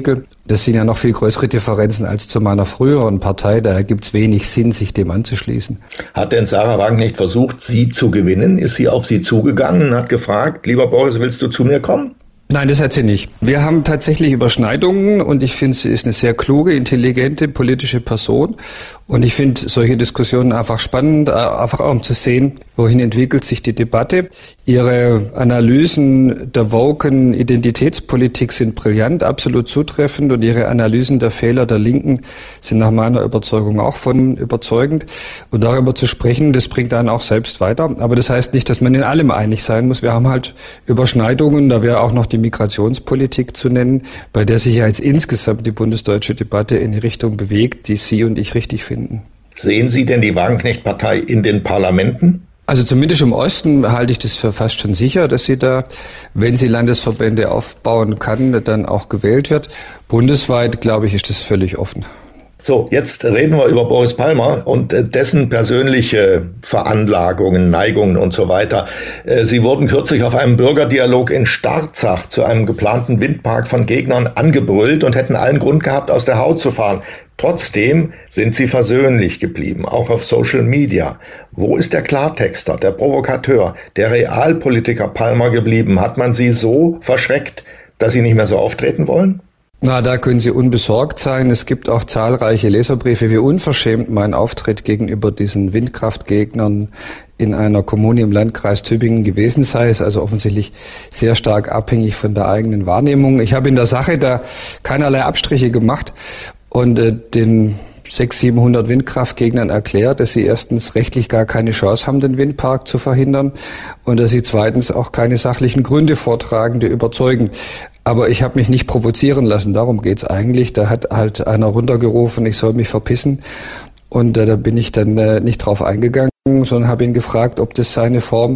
Das sind ja noch viel größere Differenzen als zu meiner früheren Partei. Daher gibt es wenig Sinn, sich dem anzuschließen. Hat denn Sahra Wagenknecht versucht, Sie zu gewinnen? Ist sie auf Sie zugegangen und hat gefragt, lieber Boris, willst du zu mir kommen? Nein, das hat sie nicht. Wir haben tatsächlich Überschneidungen und ich finde, sie ist eine sehr kluge, intelligente politische Person. Und ich finde solche Diskussionen einfach spannend, einfach auch um zu sehen, wohin entwickelt sich die Debatte. Ihre Analysen der woken Identitätspolitik sind brillant, absolut zutreffend und ihre Analysen der Fehler der Linken sind nach meiner Überzeugung auch von überzeugend. Und darüber zu sprechen, das bringt einen auch selbst weiter. Aber das heißt nicht, dass man in allem einig sein muss. Wir haben halt Überschneidungen, da wäre auch noch die Migrationspolitik zu nennen, bei der sich ja jetzt insgesamt die bundesdeutsche Debatte in die Richtung bewegt, die Sie und ich richtig finden. Sehen Sie denn die Wagenknecht-Partei in den Parlamenten? Also zumindest im Osten halte ich das für fast schon sicher, dass sie da, wenn sie Landesverbände aufbauen kann, dann auch gewählt wird. Bundesweit, glaube ich, ist das völlig offen. So, jetzt reden wir über Boris Palmer und dessen persönliche Veranlagungen, Neigungen und so weiter. Sie wurden kürzlich auf einem Bürgerdialog in Starzach zu einem geplanten Windpark von Gegnern angebrüllt und hätten allen Grund gehabt, aus der Haut zu fahren. Trotzdem sind sie versöhnlich geblieben, auch auf Social Media. Wo ist der Klartexter, der Provokateur, der Realpolitiker Palmer geblieben? Hat man sie so verschreckt, dass sie nicht mehr so auftreten wollen? Na, da können Sie unbesorgt sein. Es gibt auch zahlreiche Leserbriefe, wie unverschämt mein Auftritt gegenüber diesen Windkraftgegnern in einer Kommune im Landkreis Tübingen gewesen sei. Ist also offensichtlich sehr stark abhängig von der eigenen Wahrnehmung. Ich habe in der Sache da keinerlei Abstriche gemacht und den 600-700 Windkraftgegnern erklärt, dass sie erstens rechtlich gar keine Chance haben, den Windpark zu verhindern und dass sie zweitens auch keine sachlichen Gründe vortragen, die überzeugen. Aber ich habe mich nicht provozieren lassen, darum geht's eigentlich. Da hat halt einer runtergerufen, ich soll mich verpissen. Und da bin ich dann nicht drauf eingegangen, sondern habe ihn gefragt, ob das seine Form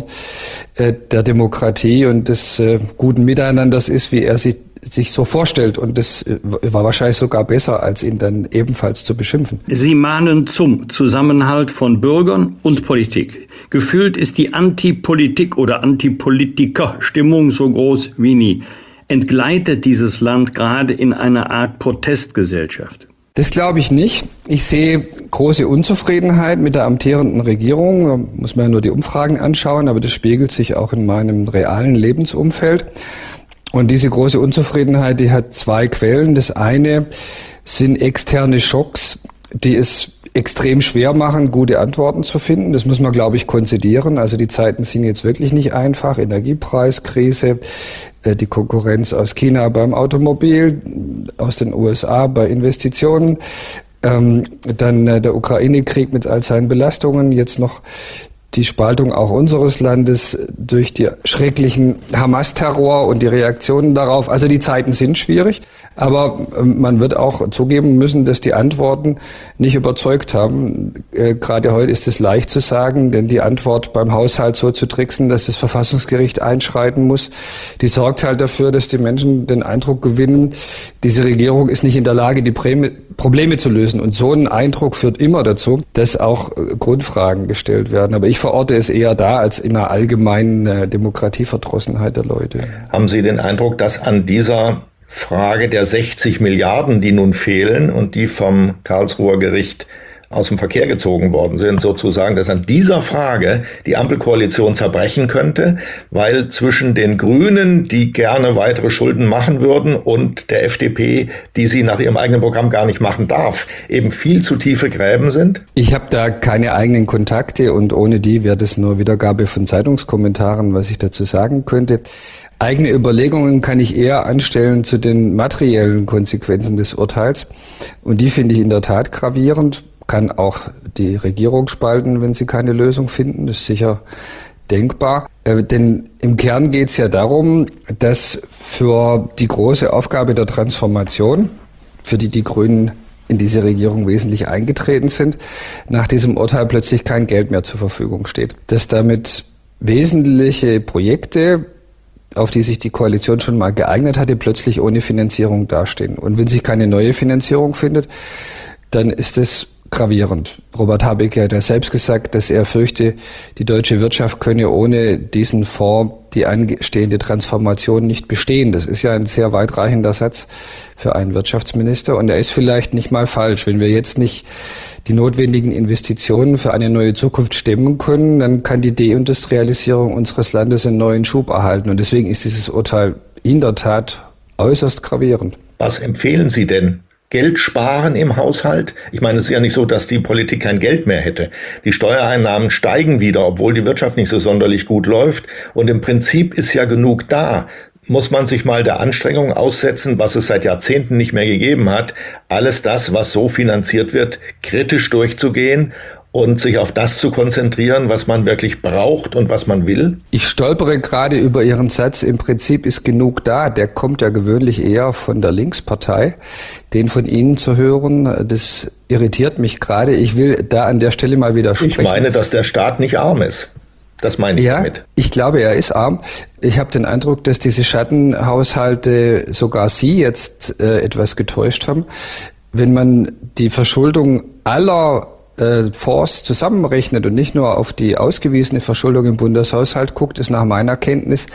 der Demokratie und des guten Miteinanders ist, wie er sich so vorstellt. Und das war wahrscheinlich sogar besser, als ihn dann ebenfalls zu beschimpfen. Sie mahnen zum Zusammenhalt von Bürgern und Politik. Gefühlt ist die Antipolitik- oder Antipolitiker-Stimmung so groß wie nie. Entgleitet dieses Land gerade in eine Art Protestgesellschaft? Das glaube ich nicht. Ich sehe große Unzufriedenheit mit der amtierenden Regierung. Da muss man ja nur die Umfragen anschauen, aber das spiegelt sich auch in meinem realen Lebensumfeld. Und diese große Unzufriedenheit, die hat zwei Quellen. Das eine sind externe Schocks, die es extrem schwer machen, gute Antworten zu finden. Das muss man, glaube ich, konzidieren. Also die Zeiten sind jetzt wirklich nicht einfach. Energiepreiskrise, die Konkurrenz aus China beim Automobil, aus den USA bei Investitionen, dann der Ukraine-Krieg mit all seinen Belastungen, jetzt noch die Spaltung auch unseres Landes durch die schrecklichen Hamas-Terror und die Reaktionen darauf. Also die Zeiten sind schwierig, aber man wird auch zugeben müssen, dass die Antworten nicht überzeugt haben. Gerade heute ist es leicht zu sagen, denn die Antwort beim Haushalt so zu tricksen, dass das Verfassungsgericht einschreiten muss, die sorgt halt dafür, dass die Menschen den Eindruck gewinnen, diese Regierung ist nicht in der Lage, die Probleme zu lösen. Und so ein Eindruck führt immer dazu, dass auch Grundfragen gestellt werden. Aber ich verorte es eher da als in einer allgemeinen Demokratieverdrossenheit der Leute. Haben Sie den Eindruck, dass an dieser Frage der 60 Milliarden, die nun fehlen und die vom Karlsruher Gericht aus dem Verkehr gezogen worden sind, sozusagen, dass an dieser Frage die Ampelkoalition zerbrechen könnte, weil zwischen den Grünen, die gerne weitere Schulden machen würden, und der FDP, die sie nach ihrem eigenen Programm gar nicht machen darf, eben viel zu tiefe Gräben sind? Ich habe da keine eigenen Kontakte und ohne die wäre das nur Wiedergabe von Zeitungskommentaren, was ich dazu sagen könnte. Eigene Überlegungen kann ich eher anstellen zu den materiellen Konsequenzen des Urteils und die finde ich in der Tat gravierend. Kann auch die Regierung spalten, wenn sie keine Lösung finden. Das ist sicher denkbar. Denn im Kern geht es ja darum, dass für die große Aufgabe der Transformation, für die die Grünen in diese Regierung wesentlich eingetreten sind, nach diesem Urteil plötzlich kein Geld mehr zur Verfügung steht. Dass damit wesentliche Projekte, auf die sich die Koalition schon mal geeignet hatte, plötzlich ohne Finanzierung dastehen. Und wenn sich keine neue Finanzierung findet, dann ist es gravierend. Robert Habeck hat ja selbst gesagt, dass er fürchte, die deutsche Wirtschaft könne ohne diesen Fonds die anstehende Transformation nicht bestehen. Das ist ja ein sehr weitreichender Satz für einen Wirtschaftsminister und er ist vielleicht nicht mal falsch. Wenn wir jetzt nicht die notwendigen Investitionen für eine neue Zukunft stemmen können, dann kann die Deindustrialisierung unseres Landes einen neuen Schub erhalten. Und deswegen ist dieses Urteil in der Tat äußerst gravierend. Was empfehlen Sie denn? Geld sparen im Haushalt? Ich meine, es ist ja nicht so, dass die Politik kein Geld mehr hätte. Die Steuereinnahmen steigen wieder, obwohl die Wirtschaft nicht so sonderlich gut läuft. Und im Prinzip ist ja genug da. Muss man sich mal der Anstrengung aussetzen, was es seit Jahrzehnten nicht mehr gegeben hat, alles das, was so finanziert wird, kritisch durchzugehen und sich auf das zu konzentrieren, was man wirklich braucht und was man will? Ich stolpere gerade über Ihren Satz, im Prinzip ist genug da. Der kommt ja gewöhnlich eher von der Linkspartei. Den von Ihnen zu hören, das irritiert mich gerade. Ich will da an der Stelle mal widersprechen. Ich meine, dass der Staat nicht arm ist. Das meine ich damit. Ich glaube, er ist arm. Ich habe den Eindruck, dass diese Schattenhaushalte sogar Sie jetzt etwas getäuscht haben. Wenn man die Verschuldung aller Fonds zusammenrechnet und nicht nur auf die ausgewiesene Verschuldung im Bundeshaushalt guckt, ist nach meiner Kenntnis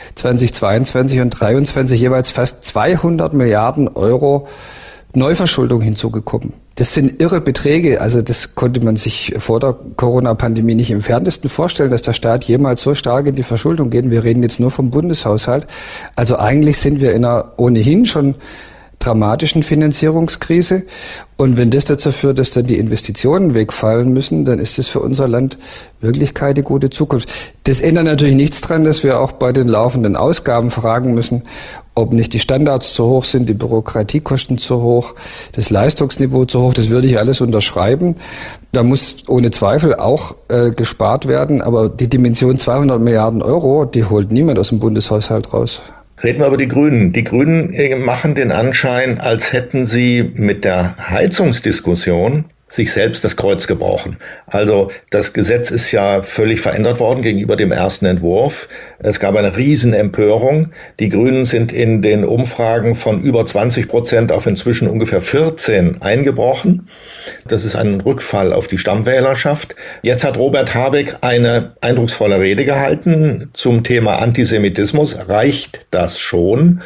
2022 und 2023 jeweils fast 200 Milliarden Euro Neuverschuldung hinzugekommen. Das sind irre Beträge. Also das konnte man sich vor der Corona-Pandemie nicht im Fernsten vorstellen, dass der Staat jemals so stark in die Verschuldung geht. Wir reden jetzt nur vom Bundeshaushalt. Also eigentlich sind wir in einer ohnehin schon dramatischen Finanzierungskrise. Und wenn das dazu führt, dass dann die Investitionen wegfallen müssen, dann ist das für unser Land wirklich keine gute Zukunft. Das ändert natürlich nichts dran, dass wir auch bei den laufenden Ausgaben fragen müssen, ob nicht die Standards zu hoch sind, die Bürokratiekosten zu hoch, das Leistungsniveau zu hoch. Das würde ich alles unterschreiben. Da muss ohne Zweifel auch gespart werden. Aber die Dimension 200 Milliarden Euro, die holt niemand aus dem Bundeshaushalt raus. Reden wir über die Grünen. Die Grünen machen den Anschein, als hätten sie mit der Heizungsdiskussion sich selbst das Kreuz gebrochen. Also das Gesetz ist ja völlig verändert worden gegenüber dem ersten Entwurf. Es gab eine Riesenempörung. Die Grünen sind in den Umfragen von über 20% auf inzwischen ungefähr 14 eingebrochen. Das ist ein Rückfall auf die Stammwählerschaft. Jetzt hat Robert Habeck eine eindrucksvolle Rede gehalten zum Thema Antisemitismus. Reicht das schon,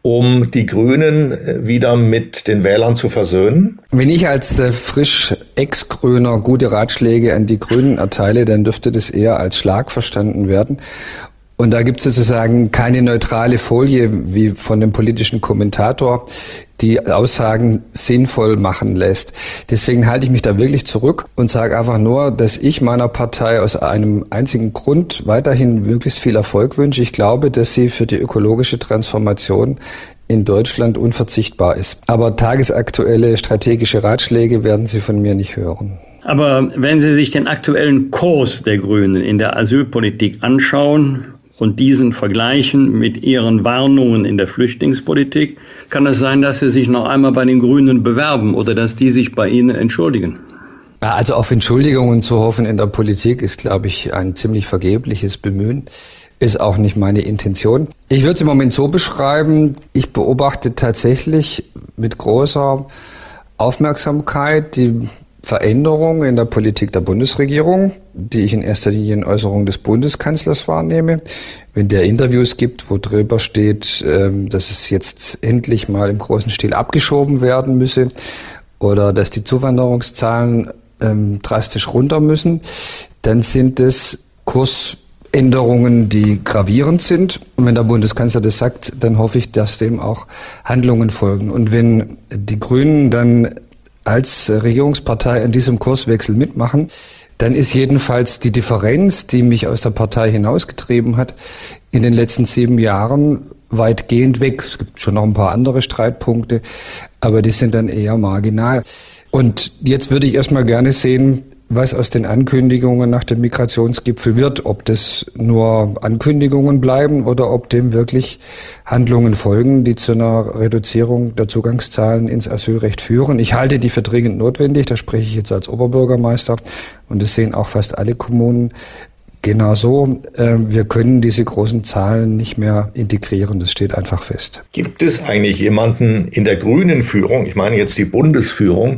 um die Grünen wieder mit den Wählern zu versöhnen? Wenn ich als frisch Ex-Grüner gute Ratschläge an die Grünen erteile, dann dürfte das eher als Schlag verstanden werden. Und da gibt es sozusagen keine neutrale Folie wie von dem politischen Kommentator, die Aussagen sinnvoll machen lässt. Deswegen halte ich mich da wirklich zurück und sage einfach nur, dass ich meiner Partei aus einem einzigen Grund weiterhin möglichst viel Erfolg wünsche. Ich glaube, dass sie für die ökologische Transformation in Deutschland unverzichtbar ist. Aber tagesaktuelle strategische Ratschläge werden Sie von mir nicht hören. Aber wenn Sie sich den aktuellen Kurs der Grünen in der Asylpolitik anschauen und diesen vergleichen mit ihren Warnungen in der Flüchtlingspolitik, kann es sein, dass Sie sich noch einmal bei den Grünen bewerben oder dass die sich bei Ihnen entschuldigen? Also auf Entschuldigungen zu hoffen in der Politik ist, glaube ich, ein ziemlich vergebliches Bemühen. Ist auch nicht meine Intention. Ich würde es im Moment so beschreiben, ich beobachte tatsächlich mit großer Aufmerksamkeit die Veränderung in der Politik der Bundesregierung, die ich in erster Linie in Äußerungen des Bundeskanzlers wahrnehme. Wenn der Interviews gibt, wo drüber steht, dass es jetzt endlich mal im großen Stil abgeschoben werden müsse oder dass die Zuwanderungszahlen drastisch runter müssen, dann sind es Kursänderungen, die gravierend sind. Und wenn der Bundeskanzler das sagt, dann hoffe ich, dass dem auch Handlungen folgen. Und wenn die Grünen dann als Regierungspartei an diesem Kurswechsel mitmachen, dann ist jedenfalls die Differenz, die mich aus der Partei hinausgetrieben hat, in den letzten 7 Jahren weitgehend weg. Es gibt schon noch ein paar andere Streitpunkte, aber die sind dann eher marginal. Und jetzt würde ich erstmal gerne sehen, was aus den Ankündigungen nach dem Migrationsgipfel wird, ob das nur Ankündigungen bleiben oder ob dem wirklich Handlungen folgen, die zu einer Reduzierung der Zugangszahlen ins Asylrecht führen. Ich halte die für dringend notwendig, da spreche ich jetzt als Oberbürgermeister und das sehen auch fast alle Kommunen genauso. Wir können diese großen Zahlen nicht mehr integrieren, das steht einfach fest. Gibt es eigentlich jemanden in der grünen Führung, ich meine jetzt die Bundesführung,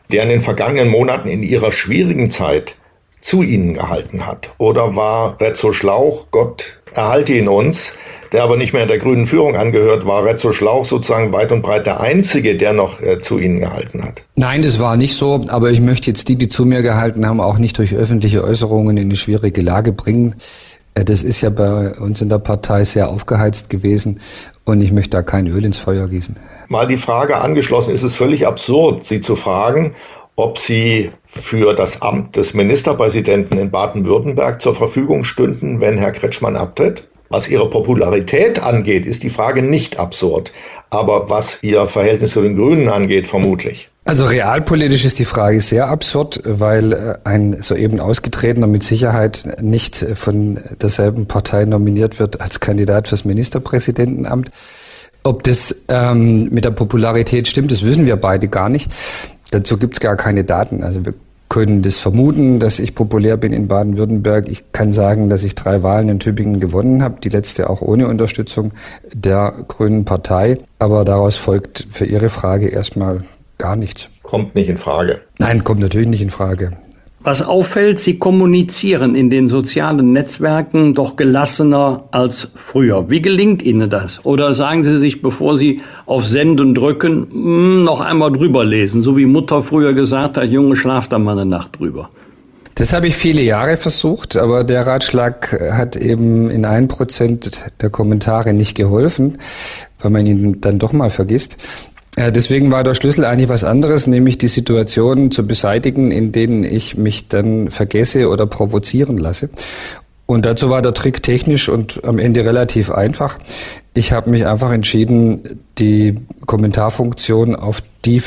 der in den vergangenen Monaten in ihrer schwierigen Zeit zu Ihnen gehalten hat? Oder war Rezo Schlauch, Gott erhalte ihn uns, der aber nicht mehr in der grünen Führung angehört, war Rezo Schlauch sozusagen weit und breit der Einzige, der noch zu Ihnen gehalten hat? Nein, das war nicht so, aber ich möchte jetzt die zu mir gehalten haben, auch nicht durch öffentliche Äußerungen in eine schwierige Lage bringen. Das ist ja bei uns in der Partei sehr aufgeheizt gewesen und ich möchte da kein Öl ins Feuer gießen. Mal die Frage angeschlossen, ist es völlig absurd, Sie zu fragen, ob Sie für das Amt des Ministerpräsidenten in Baden-Württemberg zur Verfügung stünden, wenn Herr Kretschmann abtritt? Was Ihre Popularität angeht, ist die Frage nicht absurd. Aber was Ihr Verhältnis zu den Grünen angeht, vermutlich. Also realpolitisch ist die Frage sehr absurd, weil ein soeben Ausgetretener mit Sicherheit nicht von derselben Partei nominiert wird als Kandidat fürs Ministerpräsidentenamt. Ob das mit der Popularität stimmt, das wissen wir beide gar nicht. Dazu gibt es gar keine Daten. Also wir können das vermuten, dass ich populär bin in Baden-Württemberg. Ich kann sagen, dass ich 3 Wahlen in Tübingen gewonnen habe, die letzte auch ohne Unterstützung der Grünen Partei. Aber daraus folgt für Ihre Frage erstmal gar nichts. Kommt nicht in Frage. Nein, kommt natürlich nicht in Frage. Was auffällt, Sie kommunizieren in den sozialen Netzwerken doch gelassener als früher. Wie gelingt Ihnen das? Oder sagen Sie sich, bevor Sie auf Senden drücken, noch einmal drüber lesen, so wie Mutter früher gesagt hat, Junge, schlaf da mal eine Nacht drüber? Das habe ich viele Jahre versucht, aber der Ratschlag hat eben in 1% der Kommentare nicht geholfen, weil man ihn dann doch mal vergisst. Deswegen war der Schlüssel eigentlich was anderes, nämlich die Situationen zu beseitigen, in denen ich mich dann vergesse oder provozieren lasse. Und dazu war der Trick technisch und am Ende relativ einfach. Ich habe mich einfach entschieden, die Kommentarfunktion auf die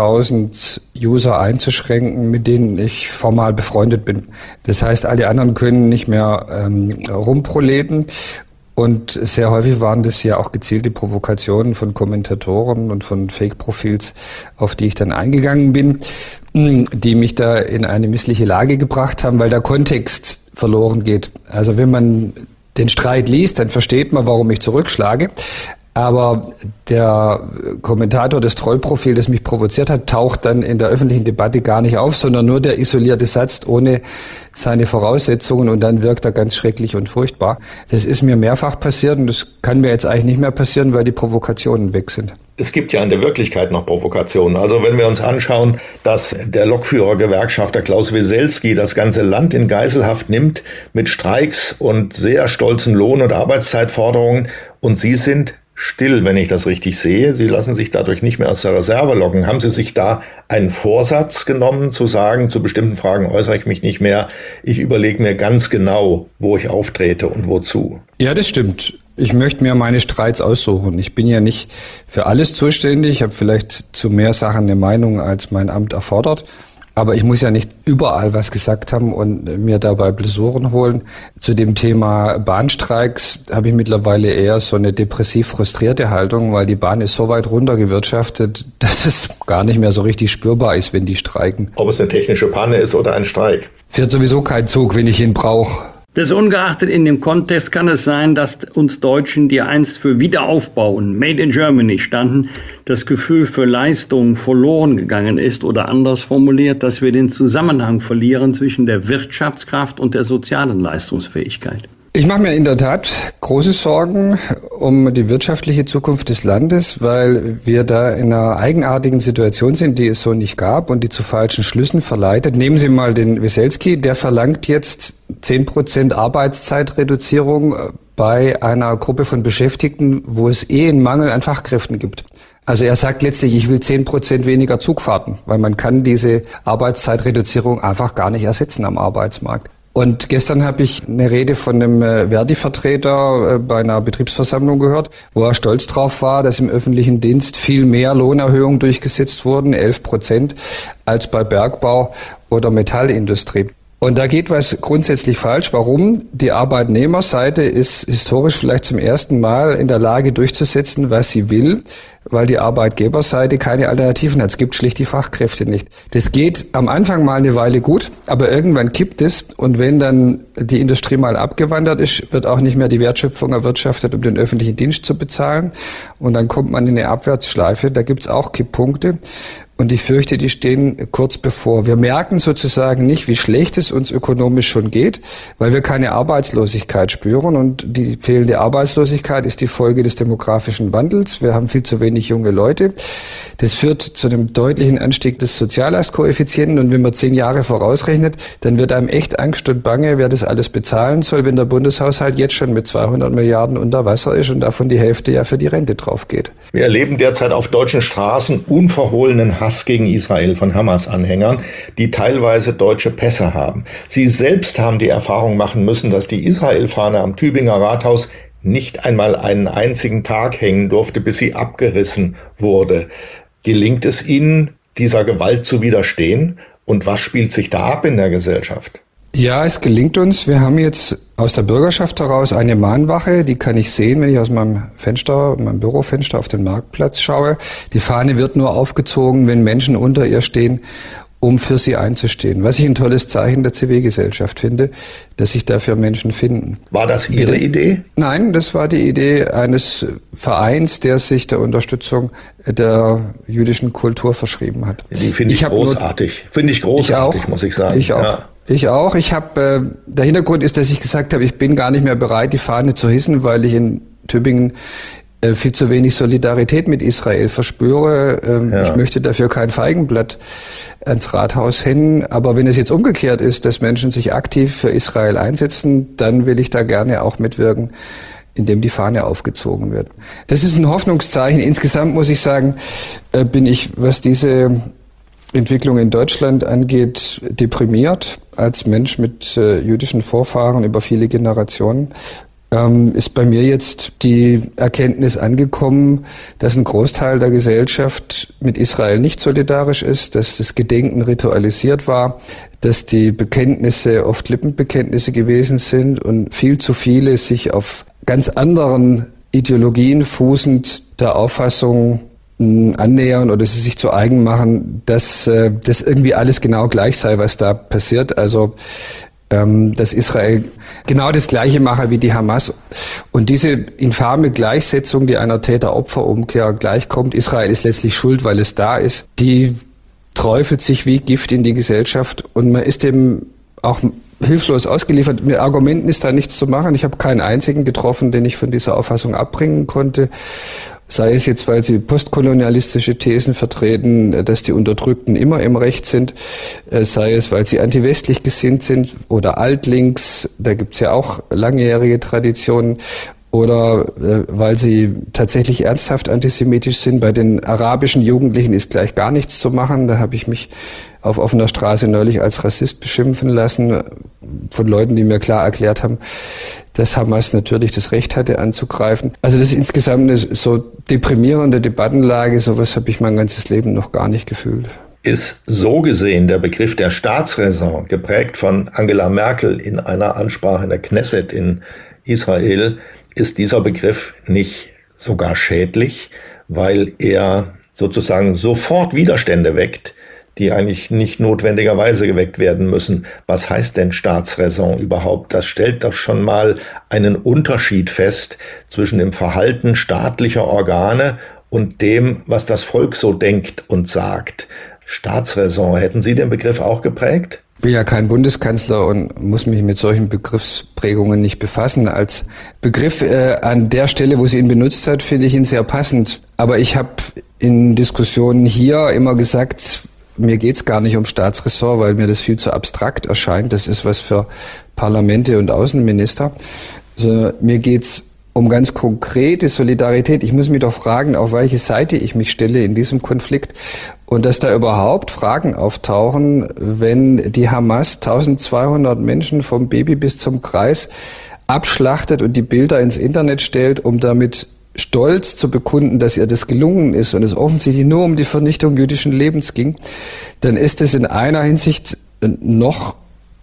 5000 User einzuschränken, mit denen ich formal befreundet bin. Das heißt, alle anderen können nicht mehr rumproleten. Und sehr häufig waren das ja auch gezielte Provokationen von Kommentatoren und von Fake-Profils, auf die ich dann eingegangen bin, die mich da in eine missliche Lage gebracht haben, weil der Kontext verloren geht. Also wenn man den Streit liest, dann versteht man, warum ich zurückschlage. Aber der Kommentator, das Trollprofil, das mich provoziert hat, taucht dann in der öffentlichen Debatte gar nicht auf, sondern nur der isolierte Satz ohne seine Voraussetzungen und dann wirkt er ganz schrecklich und furchtbar. Das ist mir mehrfach passiert und das kann mir jetzt eigentlich nicht mehr passieren, weil die Provokationen weg sind. Es gibt ja in der Wirklichkeit noch Provokationen. Also wenn wir uns anschauen, dass der Lokführer-Gewerkschafter Klaus Weselski das ganze Land in Geiselhaft nimmt mit Streiks und sehr stolzen Lohn- und Arbeitszeitforderungen und Sie sind still, wenn ich das richtig sehe. Sie lassen sich dadurch nicht mehr aus der Reserve locken. Haben Sie sich da einen Vorsatz genommen, zu sagen, zu bestimmten Fragen äußere ich mich nicht mehr. Ich überlege mir ganz genau, wo ich auftrete und wozu. Ja, das stimmt. Ich möchte mir meine Streits aussuchen. Ich bin ja nicht für alles zuständig. Ich habe vielleicht zu mehr Sachen eine Meinung, als mein Amt erfordert. Aber ich muss ja nicht überall was gesagt haben und mir dabei Blessuren holen. Zu dem Thema Bahnstreiks habe ich mittlerweile eher so eine depressiv frustrierte Haltung, weil die Bahn ist so weit runtergewirtschaftet, dass es gar nicht mehr so richtig spürbar ist, wenn die streiken. Ob es eine technische Panne ist oder ein Streik. Fährt sowieso kein Zug, wenn ich ihn brauche. Das ungeachtet in dem Kontext kann es sein, dass uns Deutschen, die einst für Wiederaufbau und Made in Germany standen, das Gefühl für Leistung verloren gegangen ist oder anders formuliert, dass wir den Zusammenhang verlieren zwischen der Wirtschaftskraft und der sozialen Leistungsfähigkeit. Ich mache mir in der Tat große Sorgen um die wirtschaftliche Zukunft des Landes, weil wir da in einer eigenartigen Situation sind, die es so nicht gab und die zu falschen Schlüssen verleitet. Nehmen Sie mal den Weselski, der verlangt jetzt 10% Arbeitszeitreduzierung bei einer Gruppe von Beschäftigten, wo es einen Mangel an Fachkräften gibt. Also er sagt letztlich, ich will 10% weniger Zugfahrten, weil man kann diese Arbeitszeitreduzierung einfach gar nicht ersetzen am Arbeitsmarkt. Und gestern habe ich eine Rede von einem Verdi-Vertreter bei einer Betriebsversammlung gehört, wo er stolz drauf war, dass im öffentlichen Dienst viel mehr Lohnerhöhungen durchgesetzt wurden, 11%, als bei Bergbau oder Metallindustrie. Und da geht was grundsätzlich falsch. Warum? Die Arbeitnehmerseite ist historisch vielleicht zum ersten Mal in der Lage durchzusetzen, was sie will, weil die Arbeitgeberseite keine Alternativen hat. Es gibt schlicht die Fachkräfte nicht. Das geht am Anfang mal eine Weile gut, aber irgendwann kippt es. Und wenn dann die Industrie mal abgewandert ist, wird auch nicht mehr die Wertschöpfung erwirtschaftet, um den öffentlichen Dienst zu bezahlen. Und dann kommt man in eine Abwärtsschleife. Da gibt's auch Kipppunkte. Und ich fürchte, die stehen kurz bevor. Wir merken sozusagen nicht, wie schlecht es uns ökonomisch schon geht, weil wir keine Arbeitslosigkeit spüren. Und die fehlende Arbeitslosigkeit ist die Folge des demografischen Wandels. Wir haben viel zu wenig junge Leute. Das führt zu einem deutlichen Anstieg des Sozialleistungskoeffizienten. Und wenn man 10 Jahre vorausrechnet, dann wird einem echt Angst und Bange, wer das alles bezahlen soll, wenn der Bundeshaushalt jetzt schon mit 200 Milliarden unter Wasser ist und davon die Hälfte ja für die Rente drauf geht. Wir erleben derzeit auf deutschen Straßen unverhohlenen Hass gegen Israel von Hamas-Anhängern, die teilweise deutsche Pässe haben. Sie selbst haben die Erfahrung machen müssen, dass die Israel-Fahne am Tübinger Rathaus nicht einmal einen einzigen Tag hängen durfte, bis sie abgerissen wurde. Gelingt es Ihnen, dieser Gewalt zu widerstehen? Und was spielt sich da ab in der Gesellschaft? Ja, es gelingt uns. Wir haben jetzt aus der Bürgerschaft heraus eine Mahnwache, die kann ich sehen, wenn ich aus meinem Bürofenster auf den Marktplatz schaue. Die Fahne wird nur aufgezogen, wenn Menschen unter ihr stehen, um für sie einzustehen. Was ich ein tolles Zeichen der Zivilgesellschaft finde, dass sich dafür Menschen finden. War das Ihre Idee? Nein, das war die Idee eines Vereins, der sich der Unterstützung der jüdischen Kultur verschrieben hat. Die finde ich großartig. Finde ich großartig, muss ich sagen. Ich auch. Ja. Ich auch. Der Hintergrund ist, dass ich gesagt habe, ich bin gar nicht mehr bereit, die Fahne zu hissen, weil ich in Tübingen viel zu wenig Solidarität mit Israel verspüre. Ich möchte dafür kein Feigenblatt ans Rathaus hängen. Aber wenn es jetzt umgekehrt ist, dass Menschen sich aktiv für Israel einsetzen, dann will ich da gerne auch mitwirken, indem die Fahne aufgezogen wird. Das ist ein Hoffnungszeichen. Insgesamt muss ich sagen, bin ich, was diese Entwicklung in Deutschland angeht, deprimiert. Als Mensch mit jüdischen Vorfahren über viele Generationen ist bei mir jetzt die Erkenntnis angekommen, dass ein Großteil der Gesellschaft mit Israel nicht solidarisch ist, dass das Gedenken ritualisiert war, dass die Bekenntnisse oft Lippenbekenntnisse gewesen sind und viel zu viele sich auf ganz anderen Ideologien fußend der Auffassung annähern oder sie sich zu eigen machen, dass das irgendwie alles genau gleich sei, was da passiert. Also dass Israel genau das Gleiche mache wie die Hamas. Und diese infame Gleichsetzung, die einer Täter-Opfer-Umkehr gleichkommt, Israel ist letztlich schuld, weil es da ist, die träufelt sich wie Gift in die Gesellschaft und man ist dem auch hilflos ausgeliefert. Mit Argumenten ist da nichts zu machen. Ich habe keinen einzigen getroffen, den ich von dieser Auffassung abbringen konnte. Sei es jetzt, weil sie postkolonialistische Thesen vertreten, dass die Unterdrückten immer im Recht sind, sei es, weil sie antiwestlich gesinnt sind oder altlinks, da gibt's ja auch langjährige Traditionen, oder weil sie tatsächlich ernsthaft antisemitisch sind. Bei den arabischen Jugendlichen ist gleich gar nichts zu machen. Da habe ich mich auf offener Straße neulich als Rassist beschimpfen lassen von Leuten, die mir klar erklärt haben, dass Hamas natürlich das Recht hatte anzugreifen. Also das ist insgesamt eine so deprimierende Debattenlage. Sowas habe ich mein ganzes Leben noch gar nicht gefühlt. Ist so gesehen der Begriff der Staatsräson, geprägt von Angela Merkel in einer Ansprache in der Knesset in Israel, ist dieser Begriff nicht sogar schädlich, weil er sozusagen sofort Widerstände weckt, die eigentlich nicht notwendigerweise geweckt werden müssen. Was heißt denn Staatsräson überhaupt? Das stellt doch schon mal einen Unterschied fest zwischen dem Verhalten staatlicher Organe und dem, was das Volk so denkt und sagt. Staatsräson, hätten Sie den Begriff auch geprägt? Ich bin ja kein Bundeskanzler und muss mich mit solchen Begriffsprägungen nicht befassen. Als Begriff an der Stelle, wo sie ihn benutzt hat, finde ich ihn sehr passend. Aber ich habe in Diskussionen hier immer gesagt, mir geht's gar nicht um Staatsressort, weil mir das viel zu abstrakt erscheint. Das ist was für Parlamente und Außenminister. Also mir geht's um ganz konkrete Solidarität. Ich muss mich doch fragen, auf welche Seite ich mich stelle in diesem Konflikt. Und dass da überhaupt Fragen auftauchen, wenn die Hamas 1200 Menschen vom Baby bis zum Kreis abschlachtet und die Bilder ins Internet stellt, um damit stolz zu bekunden, dass ihr das gelungen ist und es offensichtlich nur um die Vernichtung jüdischen Lebens ging, dann ist es in einer Hinsicht noch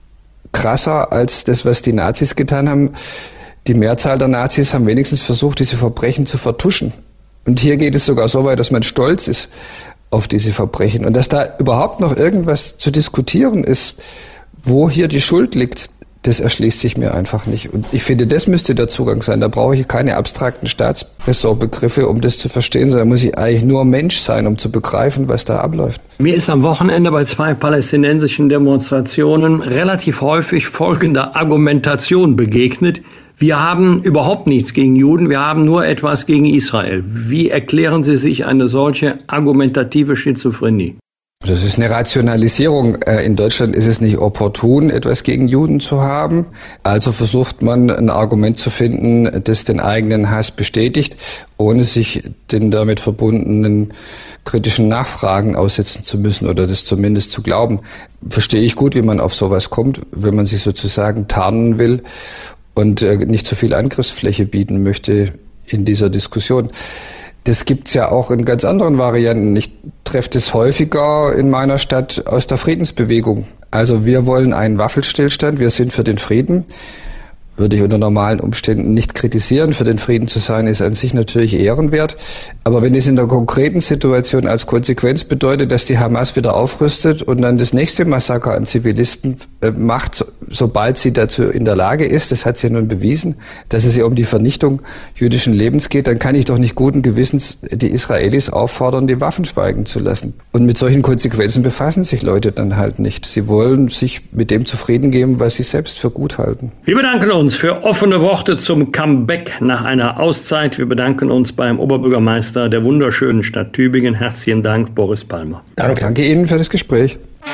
krasser als das, was die Nazis getan haben. Die Mehrzahl der Nazis haben wenigstens versucht, diese Verbrechen zu vertuschen. Und hier geht es sogar so weit, dass man stolz ist auf diese Verbrechen. Und dass da überhaupt noch irgendwas zu diskutieren ist, wo hier die Schuld liegt, das erschließt sich mir einfach nicht. Und ich finde, das müsste der Zugang sein. Da brauche ich keine abstrakten Staatsressortbegriffe, um das zu verstehen, sondern muss ich eigentlich nur Mensch sein, um zu begreifen, was da abläuft. Mir ist am Wochenende bei 2 palästinensischen Demonstrationen relativ häufig folgende Argumentation begegnet. Wir haben überhaupt nichts gegen Juden, wir haben nur etwas gegen Israel. Wie erklären Sie sich eine solche argumentative Schizophrenie? Das ist eine Rationalisierung. In Deutschland ist es nicht opportun, etwas gegen Juden zu haben. Also versucht man, ein Argument zu finden, das den eigenen Hass bestätigt, ohne sich den damit verbundenen kritischen Nachfragen aussetzen zu müssen oder das zumindest zu glauben. Verstehe ich gut, wie man auf sowas kommt, wenn man sich sozusagen tarnen will und nicht so viel Angriffsfläche bieten möchte in dieser Diskussion. Das gibt's ja auch in ganz anderen Varianten. Ich treffe das häufiger in meiner Stadt aus der Friedensbewegung. Also wir wollen einen Waffenstillstand, wir sind für den Frieden. Würde ich unter normalen Umständen nicht kritisieren. Für den Frieden zu sein, ist an sich natürlich ehrenwert. Aber wenn es in der konkreten Situation als Konsequenz bedeutet, dass die Hamas wieder aufrüstet und dann das nächste Massaker an Zivilisten macht, sobald sie dazu in der Lage ist, das hat sie ja nun bewiesen, dass es ja um die Vernichtung jüdischen Lebens geht, dann kann ich doch nicht guten Gewissens die Israelis auffordern, die Waffen schweigen zu lassen. Und mit solchen Konsequenzen befassen sich Leute dann halt nicht. Sie wollen sich mit dem zufrieden geben, was sie selbst für gut halten. Wir bedanken uns für offene Worte zum Comeback nach einer Auszeit. Wir bedanken uns beim Oberbürgermeister der wunderschönen Stadt Tübingen. Herzlichen Dank, Boris Palmer. Danke Ihnen für das Gespräch.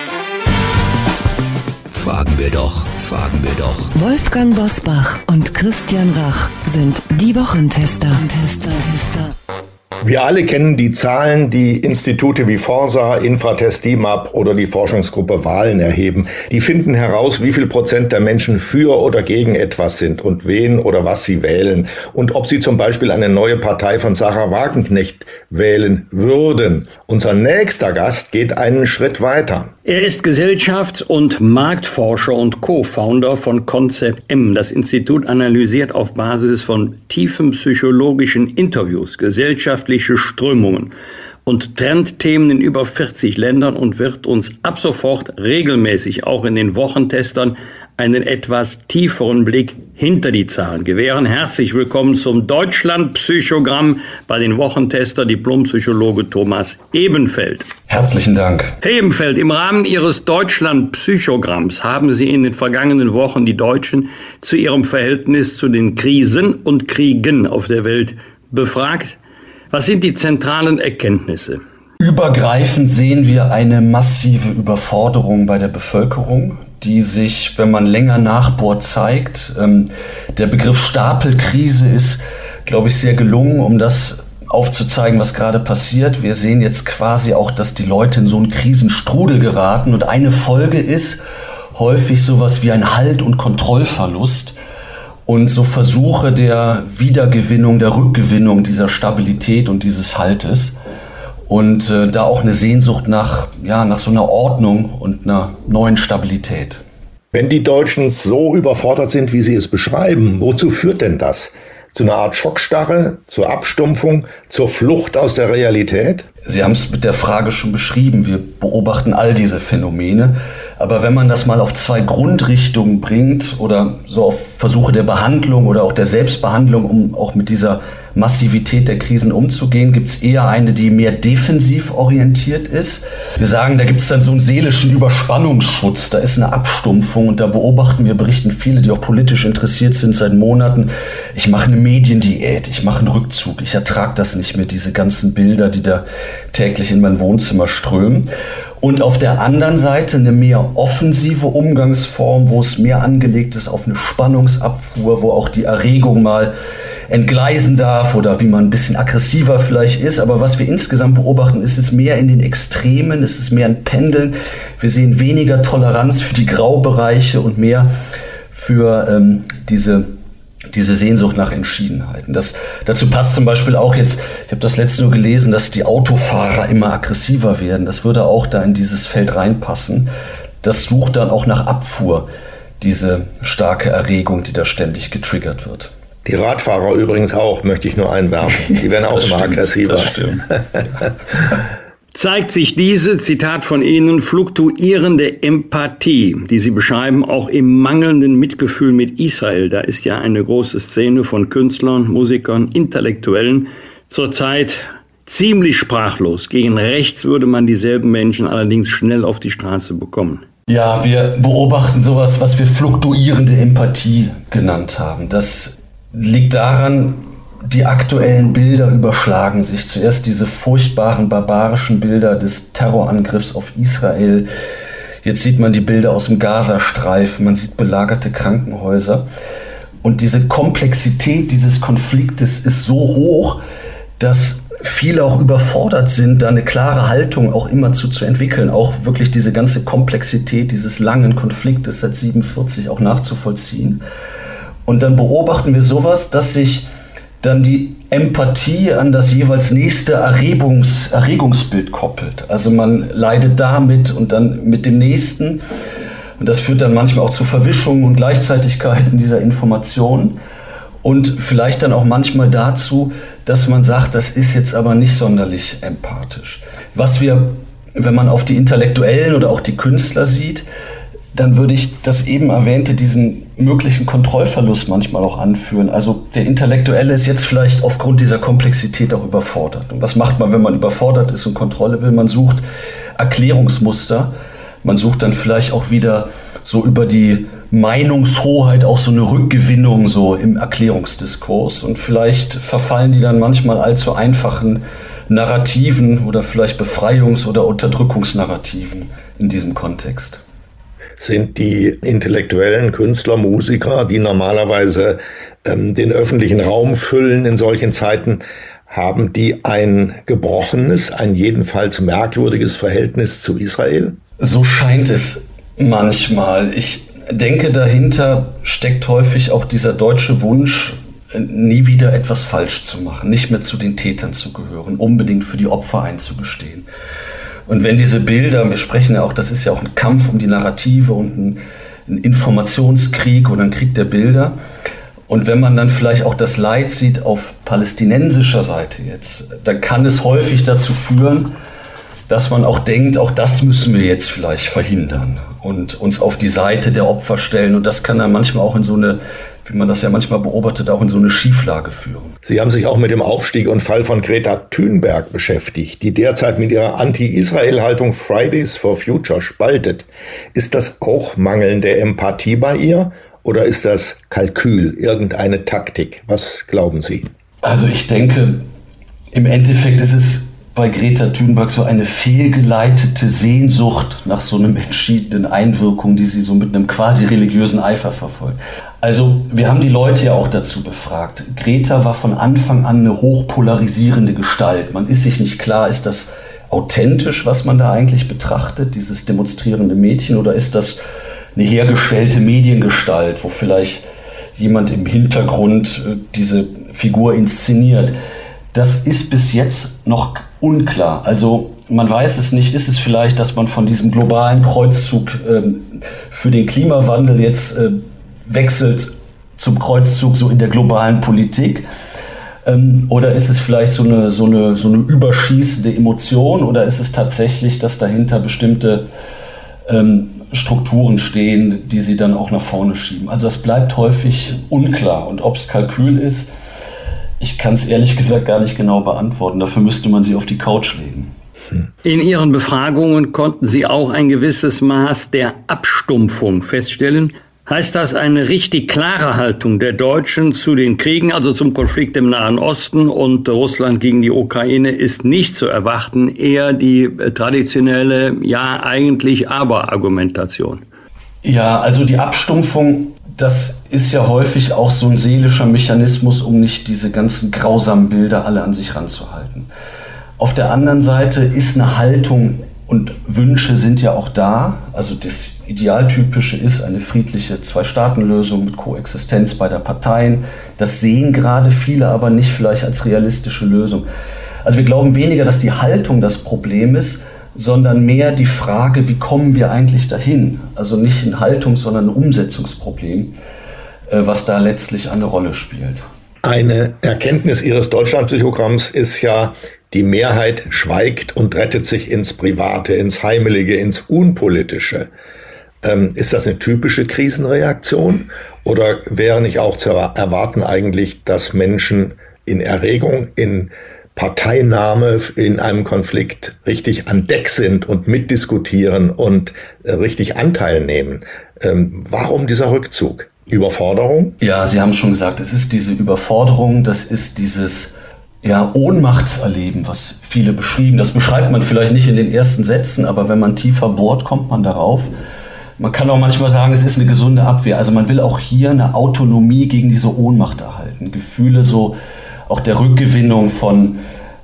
Fragen wir doch. Wolfgang Bosbach und Christian Rach sind die Wochentester. Wir alle kennen die Zahlen, die Institute wie Forsa, Infratest, DIMAP oder die Forschungsgruppe Wahlen erheben. Die finden heraus, wie viel Prozent der Menschen für oder gegen etwas sind und wen oder was sie wählen und ob sie zum Beispiel eine neue Partei von Sarah Wagenknecht wählen würden. Unser nächster Gast geht einen Schritt weiter. Er ist Gesellschafts- und Marktforscher und Co-Founder von Concept M. Das Institut analysiert auf Basis von tiefen psychologischen Interviews gesellschaftliche Strömungen und Trendthemen in über 40 Ländern und wird uns ab sofort regelmäßig auch in den Wochentestern einen etwas tieferen Blick hinter die Zahlen gewähren. Herzlich willkommen zum Deutschland-Psychogramm bei den Wochentester Diplompsychologe Thomas Ebenfeld. Herzlichen Dank. Herr Ebenfeld, im Rahmen Ihres Deutschland-Psychogramms haben Sie in den vergangenen Wochen die Deutschen zu ihrem Verhältnis zu den Krisen und Kriegen auf der Welt befragt. Was sind die zentralen Erkenntnisse? Übergreifend sehen wir eine massive Überforderung bei der Bevölkerung, die sich, wenn man länger nachbohrt, zeigt. Der Begriff Stapelkrise ist, glaube ich, sehr gelungen, um das aufzuzeigen, was gerade passiert. Wir sehen jetzt quasi auch, dass die Leute in so einen Krisenstrudel geraten und eine Folge ist häufig sowas wie ein Halt- und Kontrollverlust und so Versuche der Wiedergewinnung, der Rückgewinnung dieser Stabilität und dieses Haltes. Und da auch eine Sehnsucht nach so einer Ordnung und einer neuen Stabilität. Wenn die Deutschen so überfordert sind, wie Sie es beschreiben, wozu führt denn das? Zu einer Art Schockstarre, zur Abstumpfung, zur Flucht aus der Realität? Sie haben es mit der Frage schon beschrieben. Wir beobachten all diese Phänomene. Aber wenn man das mal auf 2 Grundrichtungen bringt oder so auf Versuche der Behandlung oder auch der Selbstbehandlung, um auch mit dieser Massivität der Krisen umzugehen, gibt es eher eine, die mehr defensiv orientiert ist. Wir sagen, da gibt es dann so einen seelischen Überspannungsschutz, da ist eine Abstumpfung und da berichten viele, die auch politisch interessiert sind seit Monaten, ich mache eine Mediendiät, ich mache einen Rückzug, ich ertrage das nicht mehr, diese ganzen Bilder, die da täglich in mein Wohnzimmer strömen. Und auf der anderen Seite eine mehr offensive Umgangsform, wo es mehr angelegt ist auf eine Spannungsabfuhr, wo auch die Erregung mal entgleisen darf oder wie man ein bisschen aggressiver vielleicht ist. Aber was wir insgesamt beobachten, ist es mehr in den Extremen, ist es mehr ein Pendeln. Wir sehen weniger Toleranz für die Graubereiche und mehr für diese Sehnsucht nach Entschiedenheiten. Dazu passt zum Beispiel auch jetzt, ich habe das letzte nur gelesen, dass die Autofahrer immer aggressiver werden. Das würde auch da in dieses Feld reinpassen. Das sucht dann auch nach Abfuhr, diese starke Erregung, die da ständig getriggert wird. Die Radfahrer übrigens auch, möchte ich nur einwerfen. Die werden auch immer aggressiver. Das stimmt. zeigt sich diese, Zitat von Ihnen, fluktuierende Empathie, die Sie beschreiben, auch im mangelnden Mitgefühl mit Israel. Da ist ja eine große Szene von Künstlern, Musikern, Intellektuellen zurzeit ziemlich sprachlos. Gegen rechts würde man dieselben Menschen allerdings schnell auf die Straße bekommen. Ja, wir beobachten sowas, was wir fluktuierende Empathie genannt haben. Das liegt daran, die aktuellen Bilder überschlagen sich. Zuerst diese furchtbaren, barbarischen Bilder des Terrorangriffs auf Israel. Jetzt sieht man die Bilder aus dem Gazastreifen, man sieht belagerte Krankenhäuser. Und diese Komplexität dieses Konfliktes ist so hoch, dass viele auch überfordert sind, da eine klare Haltung auch immer zu entwickeln, auch wirklich diese ganze Komplexität dieses langen Konfliktes seit 1947 auch nachzuvollziehen. Und dann beobachten wir sowas, dass sich dann die Empathie an das jeweils nächste Erregungsbild koppelt. Also man leidet damit und dann mit dem nächsten. Und das führt dann manchmal auch zu Verwischungen und Gleichzeitigkeiten dieser Informationen. Und vielleicht dann auch manchmal dazu, dass man sagt, das ist jetzt aber nicht sonderlich empathisch. Was wir, wenn man auf die Intellektuellen oder auch die Künstler sieht, dann würde ich das eben erwähnte, diesen möglichen Kontrollverlust manchmal auch anführen. Also der Intellektuelle ist jetzt vielleicht aufgrund dieser Komplexität auch überfordert. Und was macht man, wenn man überfordert ist und Kontrolle will? Man sucht Erklärungsmuster. Man sucht dann vielleicht auch wieder so über die Meinungshoheit auch so eine Rückgewinnung so im Erklärungsdiskurs. Und vielleicht verfallen die dann manchmal allzu einfachen Narrativen oder vielleicht Befreiungs- oder Unterdrückungsnarrativen in diesem Kontext. Sind die intellektuellen Künstler, Musiker, die normalerweise den öffentlichen Raum füllen in solchen Zeiten, haben die ein gebrochenes, ein jedenfalls merkwürdiges Verhältnis zu Israel? So scheint es manchmal. Ich denke, dahinter steckt häufig auch dieser deutsche Wunsch, nie wieder etwas falsch zu machen, nicht mehr zu den Tätern zu gehören, unbedingt für die Opfer einzugestehen. Und wenn diese Bilder, wir sprechen ja auch, das ist ja auch ein Kampf um die Narrative und ein Informationskrieg oder ein Krieg der Bilder. Und wenn man dann vielleicht auch das Leid sieht auf palästinensischer Seite jetzt, dann kann es häufig dazu führen, dass man auch denkt, auch das müssen wir jetzt vielleicht verhindern und uns auf die Seite der Opfer stellen. Und das kann dann manchmal auch in so eine, wie man das ja manchmal beobachtet, auch in so eine Schieflage führen. Sie haben sich auch mit dem Aufstieg und Fall von Greta Thunberg beschäftigt, die derzeit mit ihrer Anti-Israel-Haltung Fridays for Future spaltet. Ist das auch mangelnde Empathie bei ihr oder ist das Kalkül, irgendeine Taktik? Was glauben Sie? Also ich denke, im Endeffekt ist es bei Greta Thunberg so eine fehlgeleitete Sehnsucht nach so einem entschiedenen Einwirkung, die sie so mit einem quasi religiösen Eifer verfolgt. Also wir haben die Leute ja auch dazu befragt. Greta war von Anfang an eine hochpolarisierende Gestalt. Man ist sich nicht klar, ist das authentisch, was man da eigentlich betrachtet, dieses demonstrierende Mädchen, oder ist das eine hergestellte Mediengestalt, wo vielleicht jemand im Hintergrund diese Figur inszeniert. Das ist bis jetzt noch unklar. Also man weiß es nicht. Ist es vielleicht, dass man von diesem globalen Kreuzzug für den Klimawandel jetzt wechselt zum Kreuzzug so in der globalen Politik? Oder ist es vielleicht so eine überschießende Emotion? Oder ist es tatsächlich, dass dahinter bestimmte Strukturen stehen, die sie dann auch nach vorne schieben? Also es bleibt häufig unklar. Und ob es Kalkül ist, ich kann es ehrlich gesagt gar nicht genau beantworten. Dafür müsste man sie auf die Couch legen. In Ihren Befragungen konnten Sie auch ein gewisses Maß der Abstumpfung feststellen. Heißt das, eine richtig klare Haltung der Deutschen zu den Kriegen, also zum Konflikt im Nahen Osten und Russland gegen die Ukraine, ist nicht zu erwarten, eher die traditionelle, ja eigentlich Aber-Argumentation? Ja, also die Abstumpfung, das ist ja häufig auch so ein seelischer Mechanismus, um nicht diese ganzen grausamen Bilder alle an sich ranzuhalten. Auf der anderen Seite ist eine Haltung und Wünsche sind ja auch da. Also das Idealtypische ist eine friedliche Zwei-Staaten-Lösung mit Koexistenz beider Parteien. Das sehen gerade viele aber nicht vielleicht als realistische Lösung. Also wir glauben weniger, dass die Haltung das Problem ist, sondern mehr die Frage, wie kommen wir eigentlich dahin? Also nicht ein Haltungs-, sondern ein Umsetzungsproblem, was da letztlich eine Rolle spielt. Eine Erkenntnis Ihres Deutschlandpsychogramms ist ja Die Mehrheit schweigt und rettet sich ins Private, ins Heimelige, ins Unpolitische. Ist das eine typische Krisenreaktion? Oder wäre nicht auch zu erwarten eigentlich, dass Menschen in Erregung, in Parteinahme in einem Konflikt richtig an Deck sind und mitdiskutieren und richtig Anteil nehmen? Warum dieser Rückzug? Überforderung? Ja, Sie haben schon gesagt, es ist diese Überforderung, das ist dieses Ohnmachtserleben, was viele beschrieben. Das beschreibt man vielleicht nicht in den ersten Sätzen, aber wenn man tiefer bohrt, kommt man darauf. Man kann auch manchmal sagen, es ist eine gesunde Abwehr. Also man will auch hier eine Autonomie gegen diese Ohnmacht erhalten. Gefühle so auch der Rückgewinnung von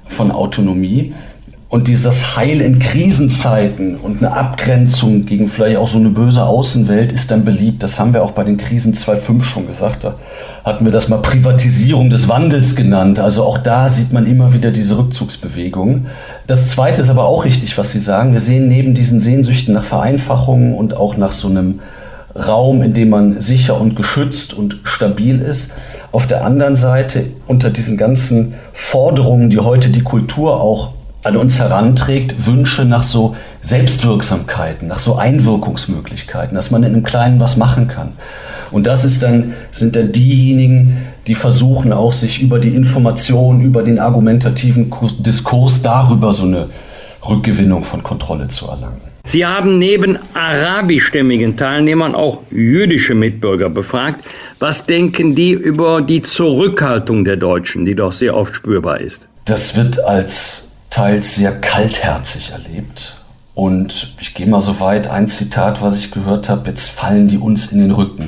Autonomie. Und dieses Heil in Krisenzeiten und eine Abgrenzung gegen vielleicht auch so eine böse Außenwelt ist dann beliebt. Das haben wir auch bei den Krisen 2005 schon gesagt. Da hatten wir das mal Privatisierung des Wandels genannt. Also auch da sieht man immer wieder diese Rückzugsbewegungen. Das Zweite ist aber auch richtig, was Sie sagen. Wir sehen neben diesen Sehnsüchten nach Vereinfachungen und auch nach so einem Raum, in dem man sicher und geschützt und stabil ist, auf der anderen Seite unter diesen ganzen Forderungen, die heute die Kultur auch an uns heranträgt, Wünsche nach so Selbstwirksamkeiten, nach so Einwirkungsmöglichkeiten, dass man in einem Kleinen was machen kann. Und das sind dann diejenigen, die versuchen auch sich über die Information, über den argumentativen Diskurs darüber so eine Rückgewinnung von Kontrolle zu erlangen. Sie haben neben arabischstämmigen Teilnehmern auch jüdische Mitbürger befragt. Was denken die über die Zurückhaltung der Deutschen, die doch sehr oft spürbar ist? Das wird als teils sehr kaltherzig erlebt. Und ich gehe mal so weit, ein Zitat, was ich gehört habe, jetzt fallen die uns in den Rücken.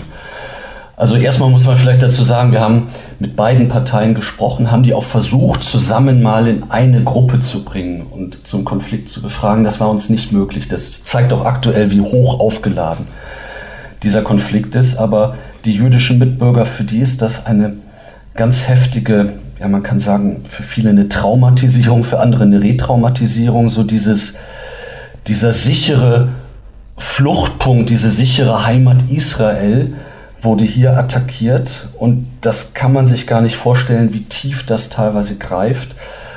Also erstmal muss man vielleicht dazu sagen, wir haben mit beiden Parteien gesprochen, haben die auch versucht, zusammen mal in eine Gruppe zu bringen und zum Konflikt zu befragen. Das war uns nicht möglich. Das zeigt auch aktuell, wie hoch aufgeladen dieser Konflikt ist. Aber die jüdischen Mitbürger, für die ist das eine ganz heftige, ja, man kann sagen, für viele eine Traumatisierung, für andere eine Retraumatisierung, so dieser sichere Fluchtpunkt, diese sichere Heimat Israel wurde hier attackiert und das kann man sich gar nicht vorstellen, wie tief das teilweise greift.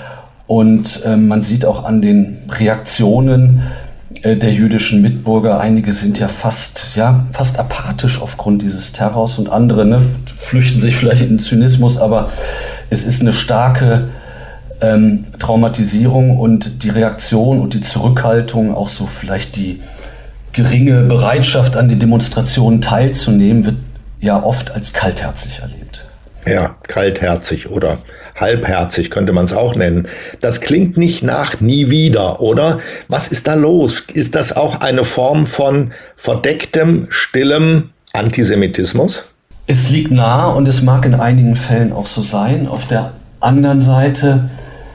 Und man sieht auch an den Reaktionen der jüdischen Mitbürger, einige sind ja fast apathisch aufgrund dieses Terrors und andere flüchten sich vielleicht in den Zynismus, aber es ist eine starke Traumatisierung und die Reaktion und die Zurückhaltung, auch so vielleicht die geringe Bereitschaft an den Demonstrationen teilzunehmen, wird ja oft als kaltherzig erlebt. Ja, kaltherzig oder halbherzig könnte man es auch nennen. Das klingt nicht nach nie wieder, oder? Was ist da los? Ist das auch eine Form von verdecktem, stillem Antisemitismus? Es liegt nahe und es mag in einigen Fällen auch so sein. Auf der anderen Seite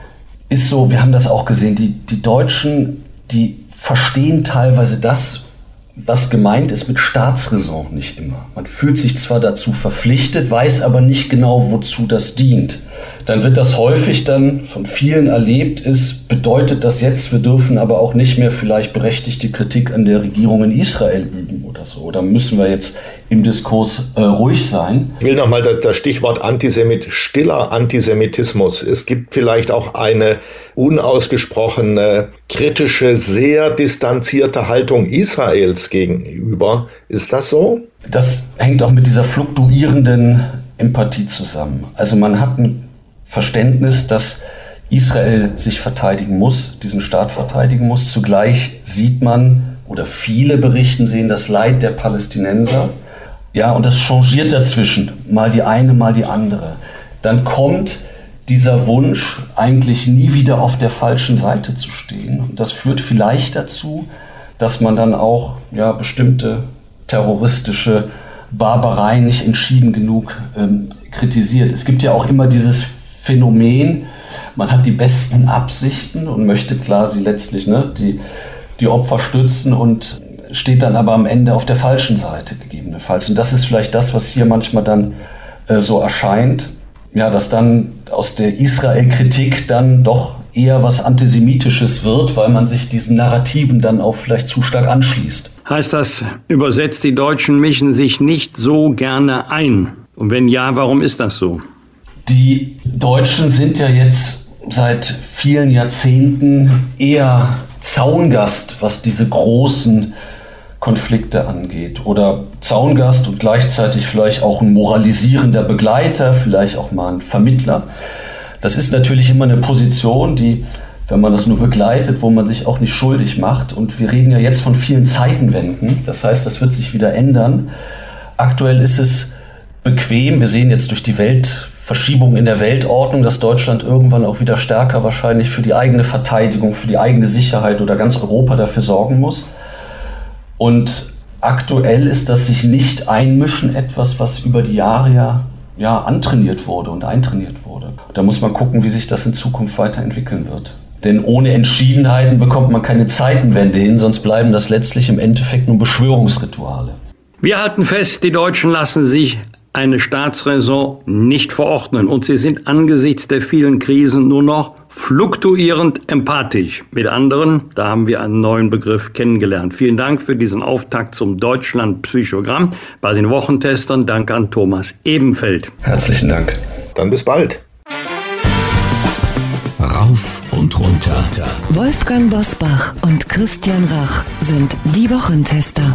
ist so, wir haben das auch gesehen, die Deutschen, die verstehen teilweise das, was gemeint ist mit Staatsräson nicht immer. Man fühlt sich zwar dazu verpflichtet, weiß aber nicht genau, wozu das dient. Dann wird das häufig dann von vielen erlebt, bedeutet das jetzt, wir dürfen aber auch nicht mehr vielleicht berechtigte Kritik an der Regierung in Israel üben oder so. Da müssen wir jetzt im Diskurs ruhig sein. Ich will nochmal das Stichwort stiller Antisemitismus. Es gibt vielleicht auch eine unausgesprochene, kritische, sehr distanzierte Haltung Israels gegenüber. Ist das so? Das hängt auch mit dieser fluktuierenden Empathie zusammen. Also man hat ein Verständnis, dass Israel sich verteidigen muss, diesen Staat verteidigen muss. Zugleich sieht man, oder viele berichten, sehen das Leid der Palästinenser. Ja, und das changiert dazwischen, mal die eine, mal die andere. Dann kommt dieser Wunsch, eigentlich nie wieder auf der falschen Seite zu stehen. Und das führt vielleicht dazu, dass man dann auch bestimmte terroristische Barbarei nicht entschieden genug kritisiert. Es gibt ja auch immer dieses Phänomen, man hat die besten Absichten und möchte klar sie letztlich die Opfer stützen und steht dann aber am Ende auf der falschen Seite gegebenenfalls. Und das ist vielleicht das, was hier manchmal dann so erscheint, dass dann aus der Israel-Kritik dann doch eher was Antisemitisches wird, weil man sich diesen Narrativen dann auch vielleicht zu stark anschließt. Heißt das übersetzt, die Deutschen mischen sich nicht so gerne ein? Und wenn ja, warum ist das so? Die Deutschen sind ja jetzt seit vielen Jahrzehnten eher Zaungast, was diese großen Konflikte angeht. Oder Zaungast und gleichzeitig vielleicht auch ein moralisierender Begleiter, vielleicht auch mal ein Vermittler. Das ist natürlich immer eine Position, die, wenn man das nur begleitet, wo man sich auch nicht schuldig macht. Und wir reden ja jetzt von vielen Zeitenwenden. Das heißt, das wird sich wieder ändern. Aktuell ist es bequem. Wir sehen jetzt durch die Verschiebung in der Weltordnung, dass Deutschland irgendwann auch wieder stärker wahrscheinlich für die eigene Verteidigung, für die eigene Sicherheit oder ganz Europa dafür sorgen muss. Und aktuell ist das sich nicht einmischen etwas, was über die Jahre ja antrainiert wurde und eintrainiert wurde. Da muss man gucken, wie sich das in Zukunft weiterentwickeln wird. Denn ohne Entschiedenheiten bekommt man keine Zeitenwende hin, sonst bleiben das letztlich im Endeffekt nur Beschwörungsrituale. Wir halten fest, die Deutschen lassen sich eine Staatsräson nicht verordnen und sie sind angesichts der vielen Krisen nur noch fluktuierend empathisch. Mit anderen, da haben wir einen neuen Begriff kennengelernt. Vielen Dank für diesen Auftakt zum Deutschland-Psychogramm bei den Wochentestern. Danke an Thomas Ebenfeld. Herzlichen Dank. Dann bis bald. Rauf und runter. Wolfgang Bosbach und Christian Rach sind die Wochentester.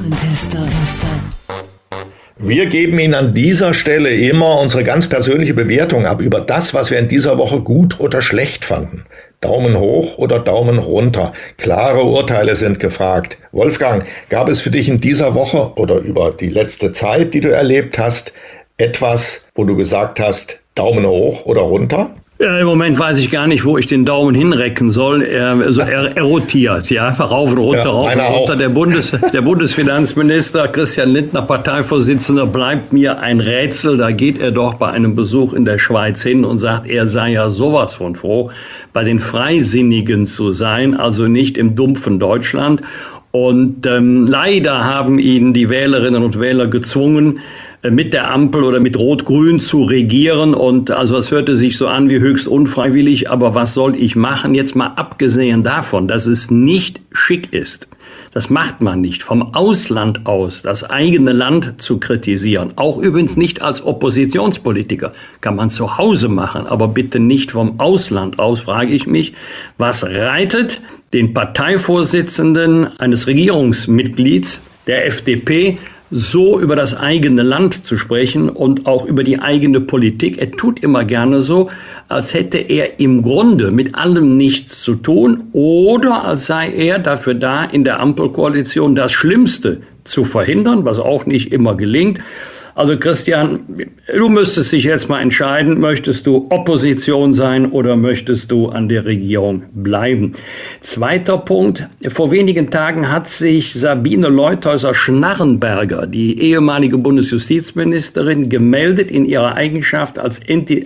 Wir geben Ihnen an dieser Stelle immer unsere ganz persönliche Bewertung ab über das, was wir in dieser Woche gut oder schlecht fanden. Daumen hoch oder Daumen runter. Klare Urteile sind gefragt. Wolfgang, gab es für dich in dieser Woche oder über die letzte Zeit, die du erlebt hast, etwas, wo du gesagt hast, Daumen hoch oder runter? Ja, im Moment weiß ich gar nicht, wo ich den Daumen hinrecken soll. Er rotiert, ja, rauf und runter, rauf und runter. Der Bundesfinanzminister Christian Lindner, Parteivorsitzender, bleibt mir ein Rätsel. Da geht er doch bei einem Besuch in der Schweiz hin und sagt, er sei ja sowas von froh, bei den Freisinnigen zu sein, also nicht im dumpfen Deutschland. Und leider haben ihn die Wählerinnen und Wähler gezwungen, mit der Ampel oder mit Rot-Grün zu regieren. Und also es hörte sich so an wie höchst unfreiwillig. Aber was soll ich machen? Jetzt mal abgesehen davon, dass es nicht schick ist. Das macht man nicht. Vom Ausland aus das eigene Land zu kritisieren. Auch übrigens nicht als Oppositionspolitiker. Kann man zu Hause machen, aber bitte nicht vom Ausland aus, frage ich mich. Was reitet den Parteivorsitzenden eines Regierungsmitglieds der FDP so über das eigene Land zu sprechen und auch über die eigene Politik? Er tut immer gerne so, als hätte er im Grunde mit allem nichts zu tun oder als sei er dafür da, in der Ampelkoalition das Schlimmste zu verhindern, was auch nicht immer gelingt. Also Christian, du müsstest dich jetzt mal entscheiden, möchtest du Opposition sein oder möchtest du an der Regierung bleiben? Zweiter Punkt, vor wenigen Tagen hat sich Sabine Leutheusser-Schnarrenberger, die ehemalige Bundesjustizministerin, gemeldet in ihrer Eigenschaft als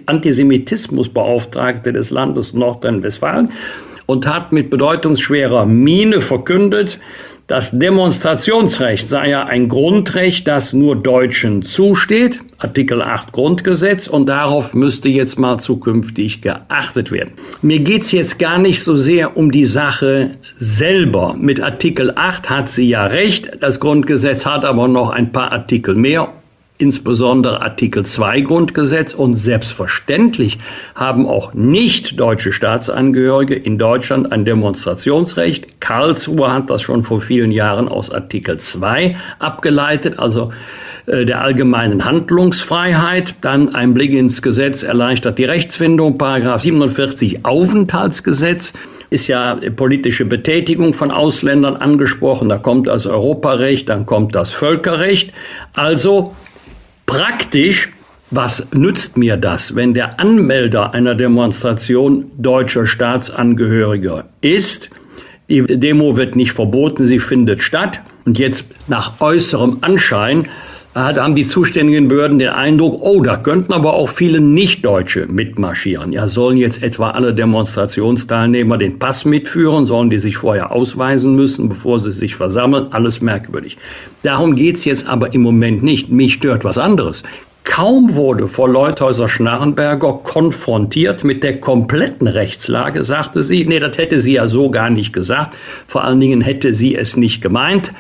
Antisemitismusbeauftragte des Landes Nordrhein-Westfalen und hat mit bedeutungsschwerer Miene verkündet, das Demonstrationsrecht sei ja ein Grundrecht, das nur Deutschen zusteht, Artikel 8 Grundgesetz, und darauf müsste jetzt mal zukünftig geachtet werden. Mir geht's jetzt gar nicht so sehr um die Sache selber. Mit Artikel 8 hat sie ja recht, das Grundgesetz hat aber noch ein paar Artikel mehr, insbesondere Artikel 2 Grundgesetz, und selbstverständlich haben auch nicht deutsche Staatsangehörige in Deutschland ein Demonstrationsrecht. Karlsruhe hat das schon vor vielen Jahren aus Artikel 2 abgeleitet, also der allgemeinen Handlungsfreiheit. Dann ein Blick ins Gesetz erleichtert die Rechtsfindung, Paragraph 47 Aufenthaltsgesetz. Ist ja politische Betätigung von Ausländern angesprochen, da kommt das Europarecht, dann kommt das Völkerrecht. Also praktisch, was nützt mir das, wenn der Anmelder einer Demonstration deutscher Staatsangehöriger ist? Die Demo wird nicht verboten, sie findet statt. Und jetzt nach äußerem Anschein haben die zuständigen Behörden den Eindruck, oh, da könnten aber auch viele Nicht-Deutsche mitmarschieren. Ja, sollen jetzt etwa alle Demonstrationsteilnehmer den Pass mitführen? Sollen die sich vorher ausweisen müssen, bevor sie sich versammeln? Alles merkwürdig. Darum geht's jetzt aber im Moment nicht. Mich stört was anderes. Kaum wurde Frau Leutheusser-Schnarrenberger konfrontiert mit der kompletten Rechtslage, sagte sie, nee, das hätte sie ja so gar nicht gesagt. Vor allen Dingen hätte sie es nicht gemeint.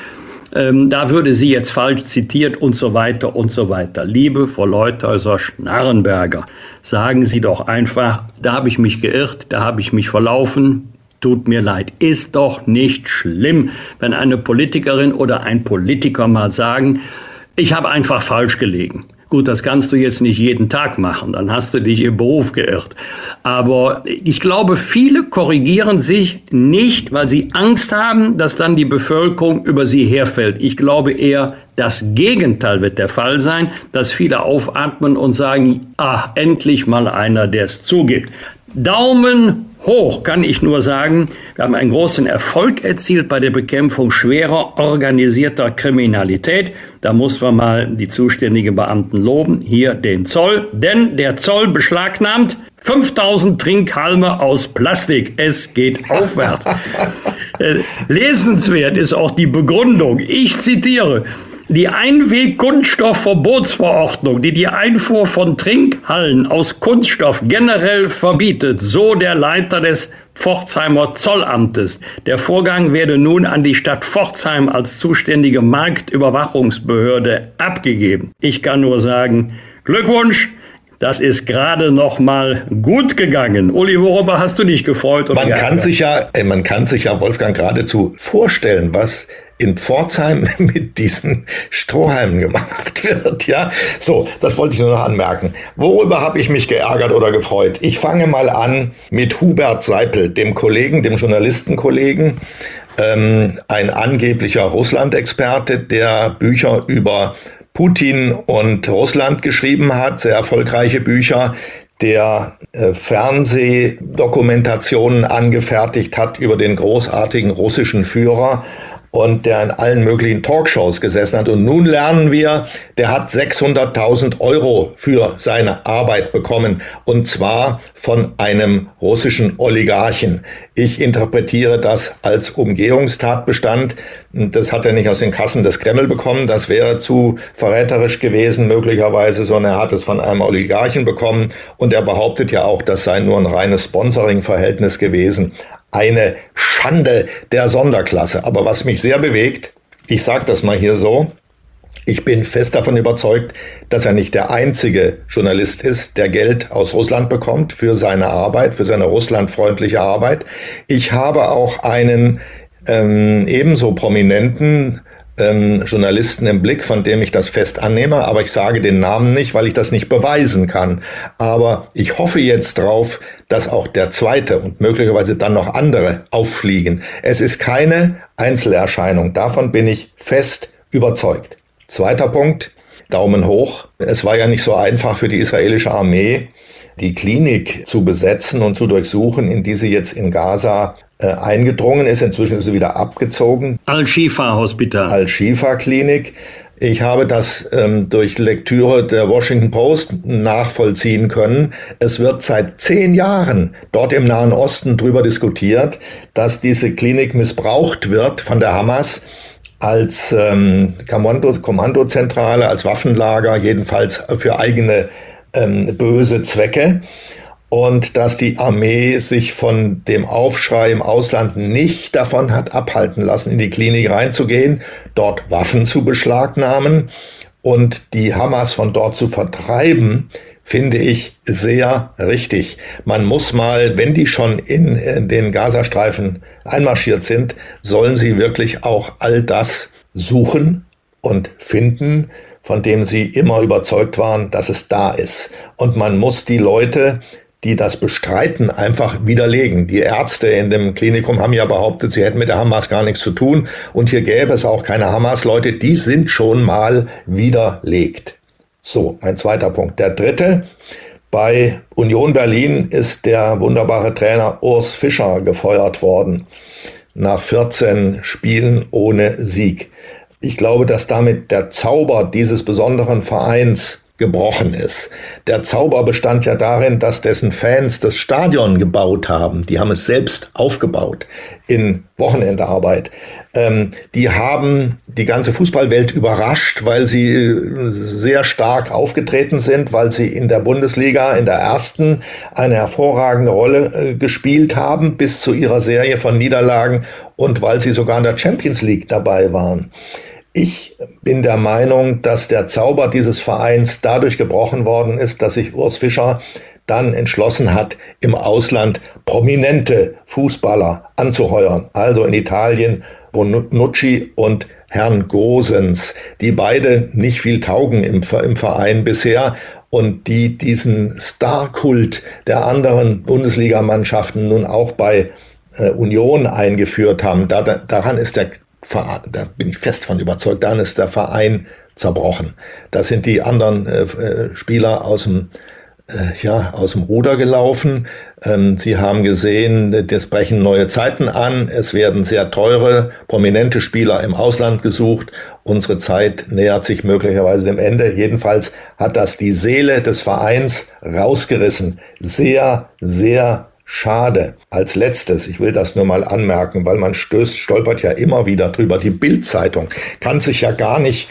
da würde sie jetzt falsch zitiert und so weiter und so weiter. Liebe Frau Leuthäuser-Schnarrenberger, sagen Sie doch einfach, da habe ich mich geirrt, da habe ich mich verlaufen. Tut mir leid, ist doch nicht schlimm, wenn eine Politikerin oder ein Politiker mal sagen, ich habe einfach falsch gelegen. Gut, das kannst du jetzt nicht jeden Tag machen, dann hast du dich im Beruf geirrt. Aber ich glaube, viele korrigieren sich nicht, weil sie Angst haben, dass dann die Bevölkerung über sie herfällt. Ich glaube eher, das Gegenteil wird der Fall sein, dass viele aufatmen und sagen, ach, endlich mal einer, der es zugibt. Daumen hoch, kann ich nur sagen. Wir haben einen großen Erfolg erzielt bei der Bekämpfung schwerer organisierter Kriminalität. Da muss man mal die zuständigen Beamten loben. Hier den Zoll, denn der Zoll beschlagnahmt 5000 Trinkhalme aus Plastik. Es geht aufwärts. Lesenswert ist auch die Begründung. Ich zitiere: Die Einweg-Kunststoffverbotsverordnung, die Einfuhr von Trinkhallen aus Kunststoff generell verbietet, so der Leiter des Pforzheimer Zollamtes. Der Vorgang werde nun an die Stadt Pforzheim als zuständige Marktüberwachungsbehörde abgegeben. Ich kann nur sagen, Glückwunsch! Das ist gerade noch mal gut gegangen. Uli, worüber hast du dich gefreut? Man kann sich ja, Wolfgang, geradezu vorstellen, was in Pforzheim mit diesen Strohhalmen gemacht wird, ja. So, das wollte ich nur noch anmerken. Worüber habe ich mich geärgert oder gefreut? Ich fange mal an mit Hubert Seipel, dem Kollegen, dem Journalistenkollegen, ein angeblicher Russland-Experte, der Bücher über Putin und Russland geschrieben hat, sehr erfolgreiche Bücher, der Fernsehdokumentationen angefertigt hat über den großartigen russischen Führer und der in allen möglichen Talkshows gesessen hat. Und nun lernen wir, der hat 600.000 € für seine Arbeit bekommen, und zwar von einem russischen Oligarchen. Ich interpretiere das als Umgehungstatbestand. Das hat er nicht aus den Kassen des Kreml bekommen, das wäre zu verräterisch gewesen möglicherweise, sondern er hat es von einem Oligarchen bekommen, und er behauptet ja auch, das sei nur ein reines Sponsoring-Verhältnis gewesen. Eine Schande der Sonderklasse. Aber was mich sehr bewegt, ich sage das mal hier so, ich bin fest davon überzeugt, dass er nicht der einzige Journalist ist, der Geld aus Russland bekommt für seine Arbeit, für seine russlandfreundliche Arbeit. Ich habe auch einen ebenso prominenten Journalisten im Blick, von dem ich das fest annehme, aber ich sage den Namen nicht, weil ich das nicht beweisen kann. Aber ich hoffe jetzt drauf, dass auch der zweite und möglicherweise dann noch andere auffliegen. Es ist keine Einzelerscheinung, davon bin ich fest überzeugt. Zweiter Punkt, Daumen hoch. Es war ja nicht so einfach für die israelische Armee, die Klinik zu besetzen und zu durchsuchen, in die sie jetzt in Gaza eingedrungen ist. Inzwischen ist sie wieder abgezogen. Al-Shifa-Hospital. Al-Shifa-Klinik. Ich habe das durch Lektüre der Washington Post nachvollziehen können. Es wird seit 10 Jahren dort im Nahen Osten drüber diskutiert, dass diese Klinik missbraucht wird von der Hamas als Kommandozentrale, als Waffenlager, jedenfalls für eigene böse Zwecke. Und dass die Armee sich von dem Aufschrei im Ausland nicht davon hat abhalten lassen, in die Klinik reinzugehen, dort Waffen zu beschlagnahmen und die Hamas von dort zu vertreiben, finde ich sehr richtig. Man muss mal, wenn die schon in den Gazastreifen einmarschiert sind, sollen sie wirklich auch all das suchen und finden, von dem sie immer überzeugt waren, dass es da ist. Und man muss die Leute, die das bestreiten, einfach widerlegen. Die Ärzte in dem Klinikum haben ja behauptet, sie hätten mit der Hamas gar nichts zu tun und hier gäbe es auch keine Hamas-Leute. Die sind schon mal widerlegt. So, mein zweiter Punkt. Der dritte, bei Union Berlin ist der wunderbare Trainer Urs Fischer gefeuert worden, nach 14 Spielen ohne Sieg. Ich glaube, dass damit der Zauber dieses besonderen Vereins gebrochen ist. Der Zauber bestand ja darin, dass dessen Fans das Stadion gebaut haben. Die haben es selbst aufgebaut in Wochenendarbeit. Die haben die ganze Fußballwelt überrascht, weil sie sehr stark aufgetreten sind, weil sie in der Bundesliga, in der ersten, eine hervorragende Rolle gespielt haben, bis zu ihrer Serie von Niederlagen, und weil sie sogar in der Champions League dabei waren. Ich bin der Meinung, dass der Zauber dieses Vereins dadurch gebrochen worden ist, dass sich Urs Fischer dann entschlossen hat, im Ausland prominente Fußballer anzuheuern. Also in Italien Bonucci und Herrn Gosens, die beide nicht viel taugen im Verein bisher und die diesen Starkult der anderen Bundesligamannschaften nun auch bei Union eingeführt haben. Daran ist der Verein, da bin ich fest von überzeugt, daran ist der Verein zerbrochen. Das sind die anderen Spieler aus dem Ruder gelaufen. Sie haben gesehen, es brechen neue Zeiten an. Es werden sehr teure, prominente Spieler im Ausland gesucht. Unsere Zeit nähert sich möglicherweise dem Ende. Jedenfalls hat das die Seele des Vereins rausgerissen. Sehr, sehr schade. Als letztes, ich will das nur mal anmerken, weil man stolpert ja immer wieder drüber. Die Bild-Zeitung kann sich ja gar nicht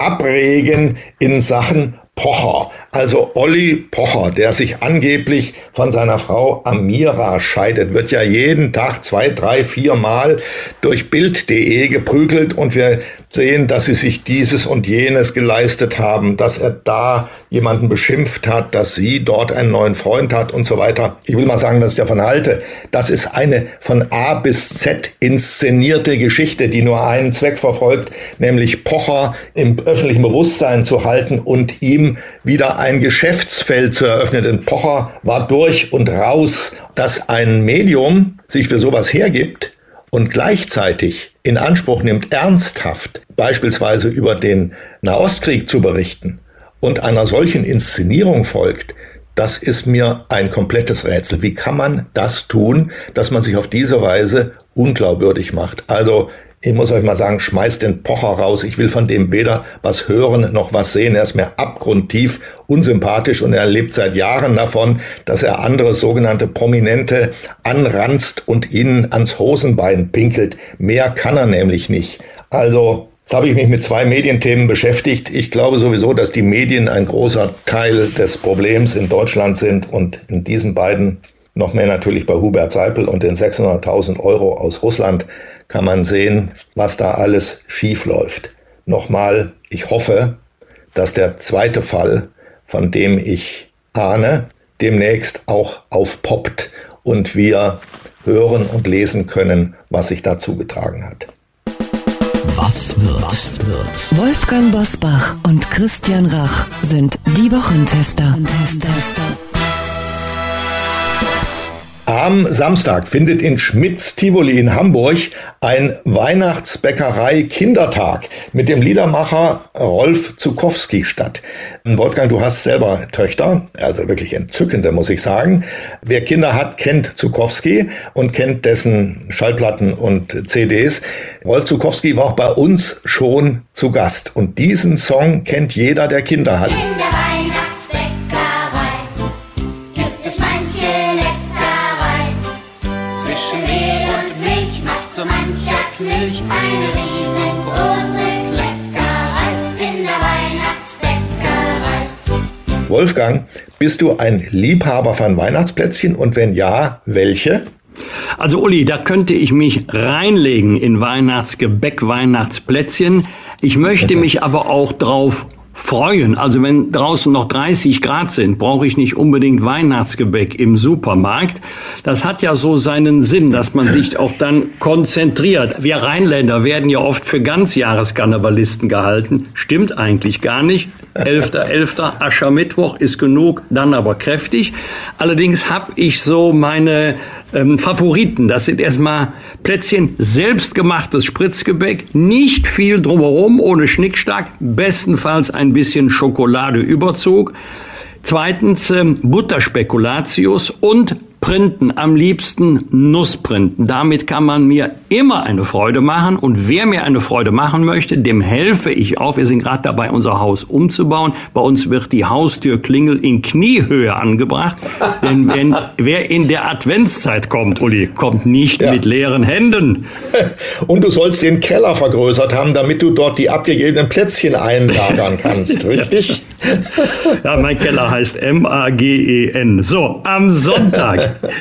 abregen in Sachen Pocher, also Olli Pocher, der sich angeblich von seiner Frau Amira scheidet, wird ja jeden Tag 2, 3, 4 Mal durch Bild.de geprügelt und wir sehen, dass sie sich dieses und jenes geleistet haben, dass er da jemanden beschimpft hat, dass sie dort einen neuen Freund hat und so weiter. Ich will mal sagen, dass ich davon halte. Das ist eine von A bis Z inszenierte Geschichte, die nur einen Zweck verfolgt, nämlich Pocher im öffentlichen Bewusstsein zu halten und ihm wieder ein Geschäftsfeld zu eröffnen. Denn Pocher war durch und raus, dass ein Medium sich für sowas hergibt und gleichzeitig in Anspruch nimmt, ernsthaft beispielsweise über den Nahostkrieg zu berichten und einer solchen Inszenierung folgt, das ist mir ein komplettes Rätsel. Wie kann man das tun, dass man sich auf diese Weise unglaubwürdig macht? Also ich muss euch mal sagen, schmeißt den Pocher raus. Ich will von dem weder was hören noch was sehen. Er ist mir abgrundtief unsympathisch und er lebt seit Jahren davon, dass er andere sogenannte Prominente anranzt und ihnen ans Hosenbein pinkelt. Mehr kann er nämlich nicht. Also, jetzt habe ich mich mit 2 Medienthemen beschäftigt. Ich glaube sowieso, dass die Medien ein großer Teil des Problems in Deutschland sind und in diesen beiden, noch mehr natürlich bei Hubert Seipel und den 600.000 Euro aus Russland, kann man sehen, was da alles schief läuft. Nochmal, ich hoffe, dass der zweite Fall, von dem ich ahne, demnächst auch aufpoppt und wir hören und lesen können, was sich da zugetragen hat. Was wird? Wolfgang Bosbach und Christian Rach sind die Wochentester. Am Samstag findet in Schmitz-Tivoli in Hamburg ein Weihnachtsbäckerei-Kindertag mit dem Liedermacher Rolf Zuckowski statt. Wolfgang, du hast selber Töchter, also wirklich entzückende, muss ich sagen. Wer Kinder hat, kennt Zuckowski und kennt dessen Schallplatten und CDs. Rolf Zuckowski war auch bei uns schon zu Gast und diesen Song kennt jeder, der Kinder hat. Milch, eine riesengroße Kleckerei in der Weihnachtsbäckerei. Wolfgang, bist du ein Liebhaber von Weihnachtsplätzchen und wenn ja, welche? Also Uli, da könnte ich mich reinlegen in Weihnachtsgebäck, Weihnachtsplätzchen. Ich möchte mich aber auch drauf freuen. Also wenn draußen noch 30 Grad sind, brauche ich nicht unbedingt Weihnachtsgebäck im Supermarkt. Das hat ja so seinen Sinn, dass man sich auch dann konzentriert. Wir Rheinländer werden ja oft für Ganzjahreskarnevalisten gehalten. Stimmt eigentlich gar nicht. 11.11. Aschermittwoch ist genug, dann aber kräftig. Allerdings habe ich so meine Favoriten. Das sind erstmal Plätzchen, selbstgemachtes Spritzgebäck, nicht viel drumherum, ohne Schnickschnack, bestenfalls ein bisschen Schokoladeüberzug. Zweitens Butterspekulatius und Printen, am liebsten Nussprinten. Damit kann man mir immer eine Freude machen und wer mir eine Freude machen möchte, dem helfe ich auch. Wir sind gerade dabei, unser Haus umzubauen. Bei uns wird die Haustürklingel in Kniehöhe angebracht, denn wer in der Adventszeit kommt, Uli, kommt nicht mit leeren Händen. Und du sollst den Keller vergrößert haben, damit du dort die abgegebenen Plätzchen einlagern kannst, richtig? Ja, mein Keller heißt MAGEN. So, am Sonntag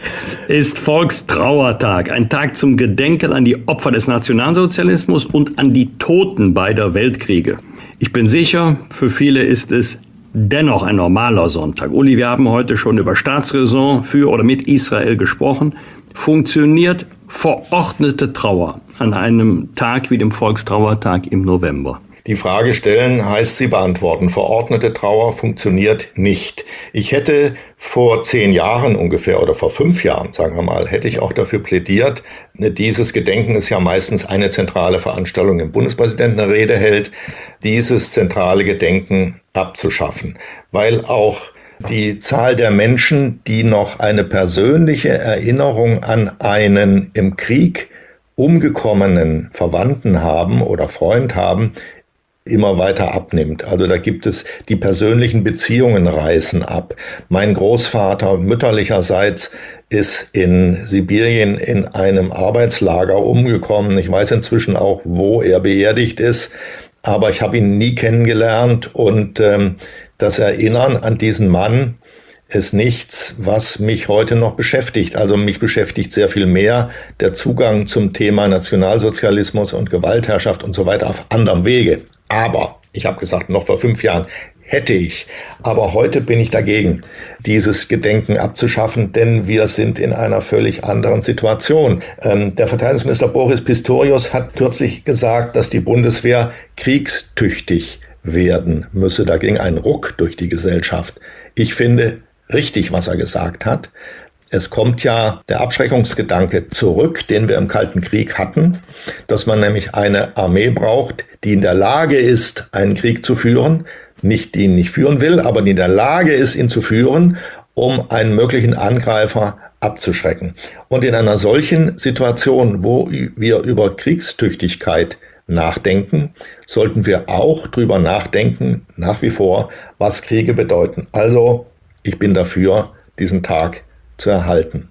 ist Volkstrauertag. Ein Tag zum Gedenken an die Opfer des Nationalsozialismus und an die Toten beider Weltkriege. Ich bin sicher, für viele ist es dennoch ein normaler Sonntag. Uli, wir haben heute schon über Staatsräson für oder mit Israel gesprochen. Funktioniert verordnete Trauer an einem Tag wie dem Volkstrauertag im November? Die Frage stellen heißt sie beantworten. Verordnete Trauer funktioniert nicht. Ich hätte vor 10 Jahren ungefähr oder vor 5 Jahren, sagen wir mal, hätte ich auch dafür plädiert, dieses Gedenken ist ja meistens eine zentrale Veranstaltung, im Bundespräsidenten eine Rede hält, dieses zentrale Gedenken abzuschaffen, weil auch die Zahl der Menschen, die noch eine persönliche Erinnerung an einen im Krieg umgekommenen Verwandten haben oder Freund haben, immer weiter abnimmt. Also da gibt es, die persönlichen Beziehungen reißen ab. Mein Großvater mütterlicherseits ist in Sibirien in einem Arbeitslager umgekommen. Ich weiß inzwischen auch, wo er beerdigt ist, aber ich habe ihn nie kennengelernt und das Erinnern an diesen Mann ist nichts, was mich heute noch beschäftigt. Also mich beschäftigt sehr viel mehr der Zugang zum Thema Nationalsozialismus und Gewaltherrschaft und so weiter auf anderem Wege. Aber, ich habe gesagt, noch vor 5 Jahren hätte ich. Aber heute bin ich dagegen, dieses Gedenken abzuschaffen, denn wir sind in einer völlig anderen Situation. Der Verteidigungsminister Boris Pistorius hat kürzlich gesagt, dass die Bundeswehr kriegstüchtig werden müsse. Da ging ein Ruck durch die Gesellschaft. Ich finde richtig, was er gesagt hat. Es kommt ja der Abschreckungsgedanke zurück, den wir im Kalten Krieg hatten, dass man nämlich eine Armee braucht, die in der Lage ist, einen Krieg zu führen, nicht die ihn nicht führen will, aber die in der Lage ist, ihn zu führen, um einen möglichen Angreifer abzuschrecken. Und in einer solchen Situation, wo wir über Kriegstüchtigkeit nachdenken, sollten wir auch drüber nachdenken, nach wie vor, was Kriege bedeuten. Also, ich bin dafür, diesen Tag zu erhalten.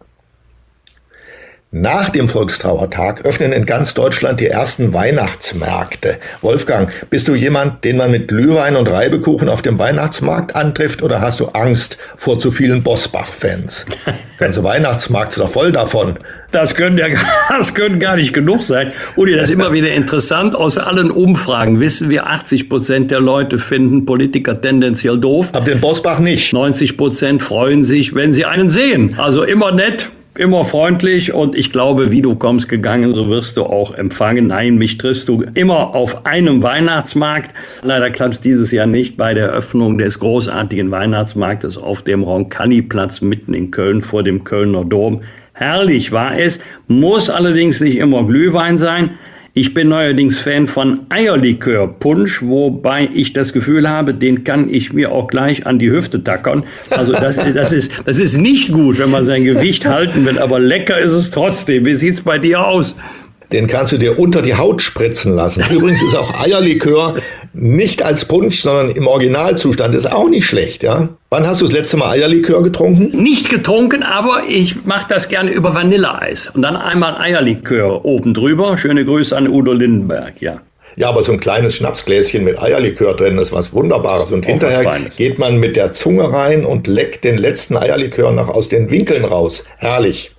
Nach dem Volkstrauertag öffnen in ganz Deutschland die ersten Weihnachtsmärkte. Wolfgang, bist du jemand, den man mit Glühwein und Reibekuchen auf dem Weihnachtsmarkt antrifft, oder hast du Angst vor zu vielen Bosbach-Fans? Der ganze Weihnachtsmarkt ist doch voll davon. Das können gar nicht genug sein. Uli, das ist immer wieder interessant. Aus allen Umfragen wissen wir, 80% der Leute finden Politiker tendenziell doof. Aber den Bosbach nicht. 90% freuen sich, wenn sie einen sehen. Also immer nett. Immer freundlich, und ich glaube, wie du kommst gegangen, so wirst du auch empfangen. Nein, mich triffst du immer auf einem Weihnachtsmarkt. Leider klappt es dieses Jahr nicht bei der Eröffnung des großartigen Weihnachtsmarktes auf dem Roncalli-Platz mitten in Köln vor dem Kölner Dom. Herrlich war es, muss allerdings nicht immer Glühwein sein. Ich bin neuerdings Fan von Eierlikör-Punsch, wobei ich das Gefühl habe, den kann ich mir auch gleich an die Hüfte tackern. Also das ist nicht gut, wenn man sein Gewicht halten will, aber lecker ist es trotzdem. Wie sieht's bei dir aus? Den kannst du dir unter die Haut spritzen lassen. Übrigens ist auch Eierlikör nicht als Punsch, sondern im Originalzustand. Ist auch nicht schlecht, ja? Wann hast du das letzte Mal Eierlikör getrunken? Nicht getrunken, aber ich mache das gerne über Vanilleeis. Und dann einmal Eierlikör oben drüber. Schöne Grüße an Udo Lindenberg, ja. Ja, aber so ein kleines Schnapsgläschen mit Eierlikör drin ist was Wunderbares. Und hinterher geht man mit der Zunge rein und leckt den letzten Eierlikör noch aus den Winkeln raus. Herrlich.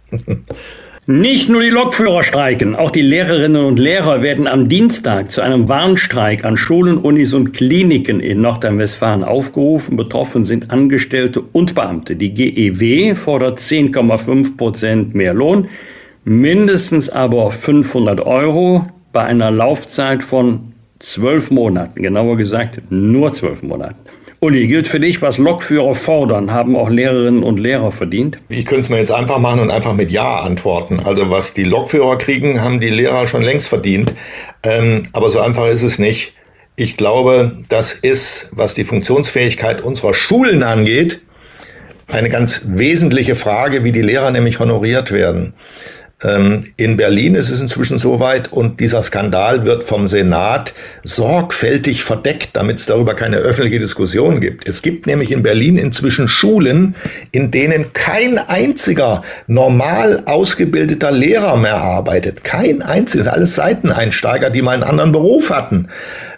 Nicht nur die Lokführer streiken, auch die Lehrerinnen und Lehrer werden am Dienstag zu einem Warnstreik an Schulen, Unis und Kliniken in Nordrhein-Westfalen aufgerufen. Betroffen sind Angestellte und Beamte. Die GEW fordert 10,5% mehr Lohn, mindestens aber 500 € bei einer Laufzeit von 12 Monaten. Genauer gesagt, nur 12 Monaten. Uli, gilt für dich, was Lokführer fordern, haben auch Lehrerinnen und Lehrer verdient? Ich könnte es mir jetzt einfach machen und einfach mit Ja antworten. Also was die Lokführer kriegen, haben die Lehrer schon längst verdient. Aber so einfach ist es nicht. Ich glaube, das ist, was die Funktionsfähigkeit unserer Schulen angeht, eine ganz wesentliche Frage, wie die Lehrer nämlich honoriert werden. In Berlin ist es inzwischen soweit, und dieser Skandal wird vom Senat sorgfältig verdeckt, damit es darüber keine öffentliche Diskussion gibt. Es gibt nämlich in Berlin inzwischen Schulen, in denen kein einziger normal ausgebildeter Lehrer mehr arbeitet. Kein einziges, alles Seiteneinsteiger, die mal einen anderen Beruf hatten.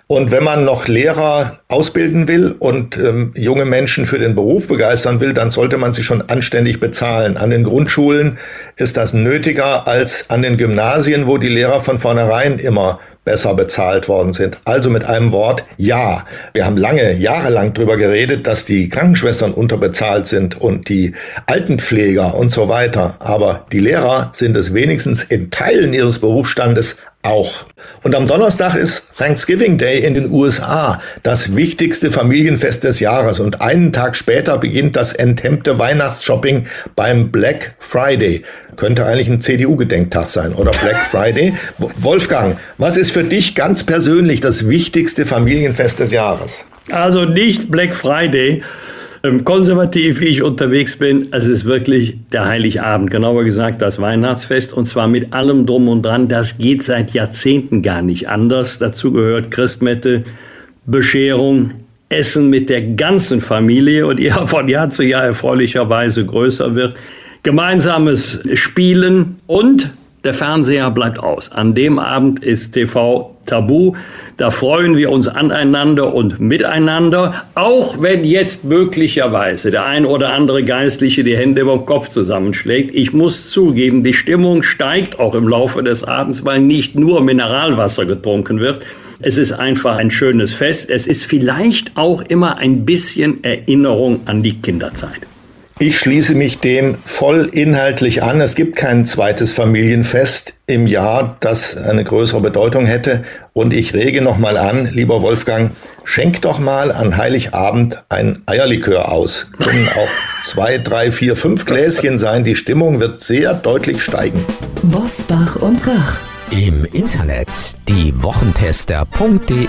Und wenn man noch Lehrer ausbilden will und junge Menschen für den Beruf begeistern will, dann sollte man sie schon anständig bezahlen. An den Grundschulen ist das nötiger als an den Gymnasien, wo die Lehrer von vornherein immer besser bezahlt worden sind. Also mit einem Wort, ja. Wir haben jahrelang drüber geredet, dass die Krankenschwestern unterbezahlt sind und die Altenpfleger und so weiter. Aber die Lehrer sind es wenigstens in Teilen ihres Berufsstandes auch. Und am Donnerstag ist Thanksgiving Day in den USA, das wichtigste Familienfest des Jahres. Und einen Tag später beginnt das enthemmte Weihnachtsshopping beim Black Friday. Könnte eigentlich ein CDU-Gedenktag sein, oder Black Friday. Wolfgang, was ist für dich ganz persönlich das wichtigste Familienfest des Jahres? Also nicht Black Friday. Konservativ, wie ich unterwegs bin, es ist wirklich der Heiligabend, genauer gesagt das Weihnachtsfest, und zwar mit allem Drum und Dran. Das geht seit Jahrzehnten gar nicht anders. Dazu gehört Christmette, Bescherung, Essen mit der ganzen Familie und ihr von Jahr zu Jahr erfreulicherweise größer wird. Gemeinsames Spielen und der Fernseher bleibt aus. An dem Abend ist TV tabu. Da freuen wir uns aneinander und miteinander, auch wenn jetzt möglicherweise der ein oder andere Geistliche die Hände über den Kopf zusammenschlägt. Ich muss zugeben, die Stimmung steigt auch im Laufe des Abends, weil nicht nur Mineralwasser getrunken wird. Es ist einfach ein schönes Fest. Es ist vielleicht auch immer ein bisschen Erinnerung an die Kinderzeit. Ich schließe mich dem voll inhaltlich an. Es gibt kein zweites Familienfest im Jahr, das eine größere Bedeutung hätte. Und ich rege nochmal an, lieber Wolfgang, schenk doch mal an Heiligabend ein Eierlikör aus. Können auch 2, 3, 4, 5 Gläschen sein. Die Stimmung wird sehr deutlich steigen. Bosbach und Rach. Im Internet diewochentester.de.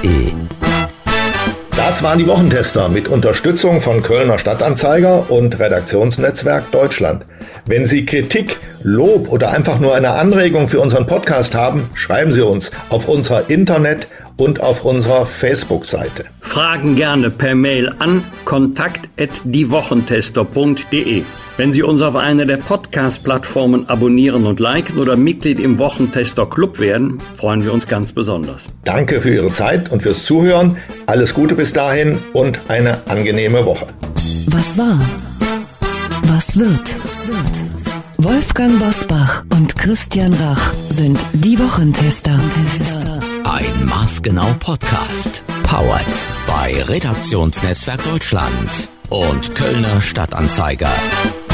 Das waren die Wochentester mit Unterstützung von Kölner Stadtanzeiger und Redaktionsnetzwerk Deutschland. Wenn Sie Kritik, Lob oder einfach nur eine Anregung für unseren Podcast haben, schreiben Sie uns auf unserer Internet- und auf unserer Facebook-Seite. Fragen gerne per Mail an kontakt@diewochentester.de. Wenn Sie uns auf einer der Podcast-Plattformen abonnieren und liken oder Mitglied im Wochentester Club werden, freuen wir uns ganz besonders. Danke für Ihre Zeit und fürs Zuhören. Alles Gute bis dahin und eine angenehme Woche. Was war? Was wird? Wolfgang Bosbach und Christian Rach sind die Wochentester. Ein maßgenau Podcast. Powered bei Redaktionsnetzwerk Deutschland und Kölner Stadtanzeiger.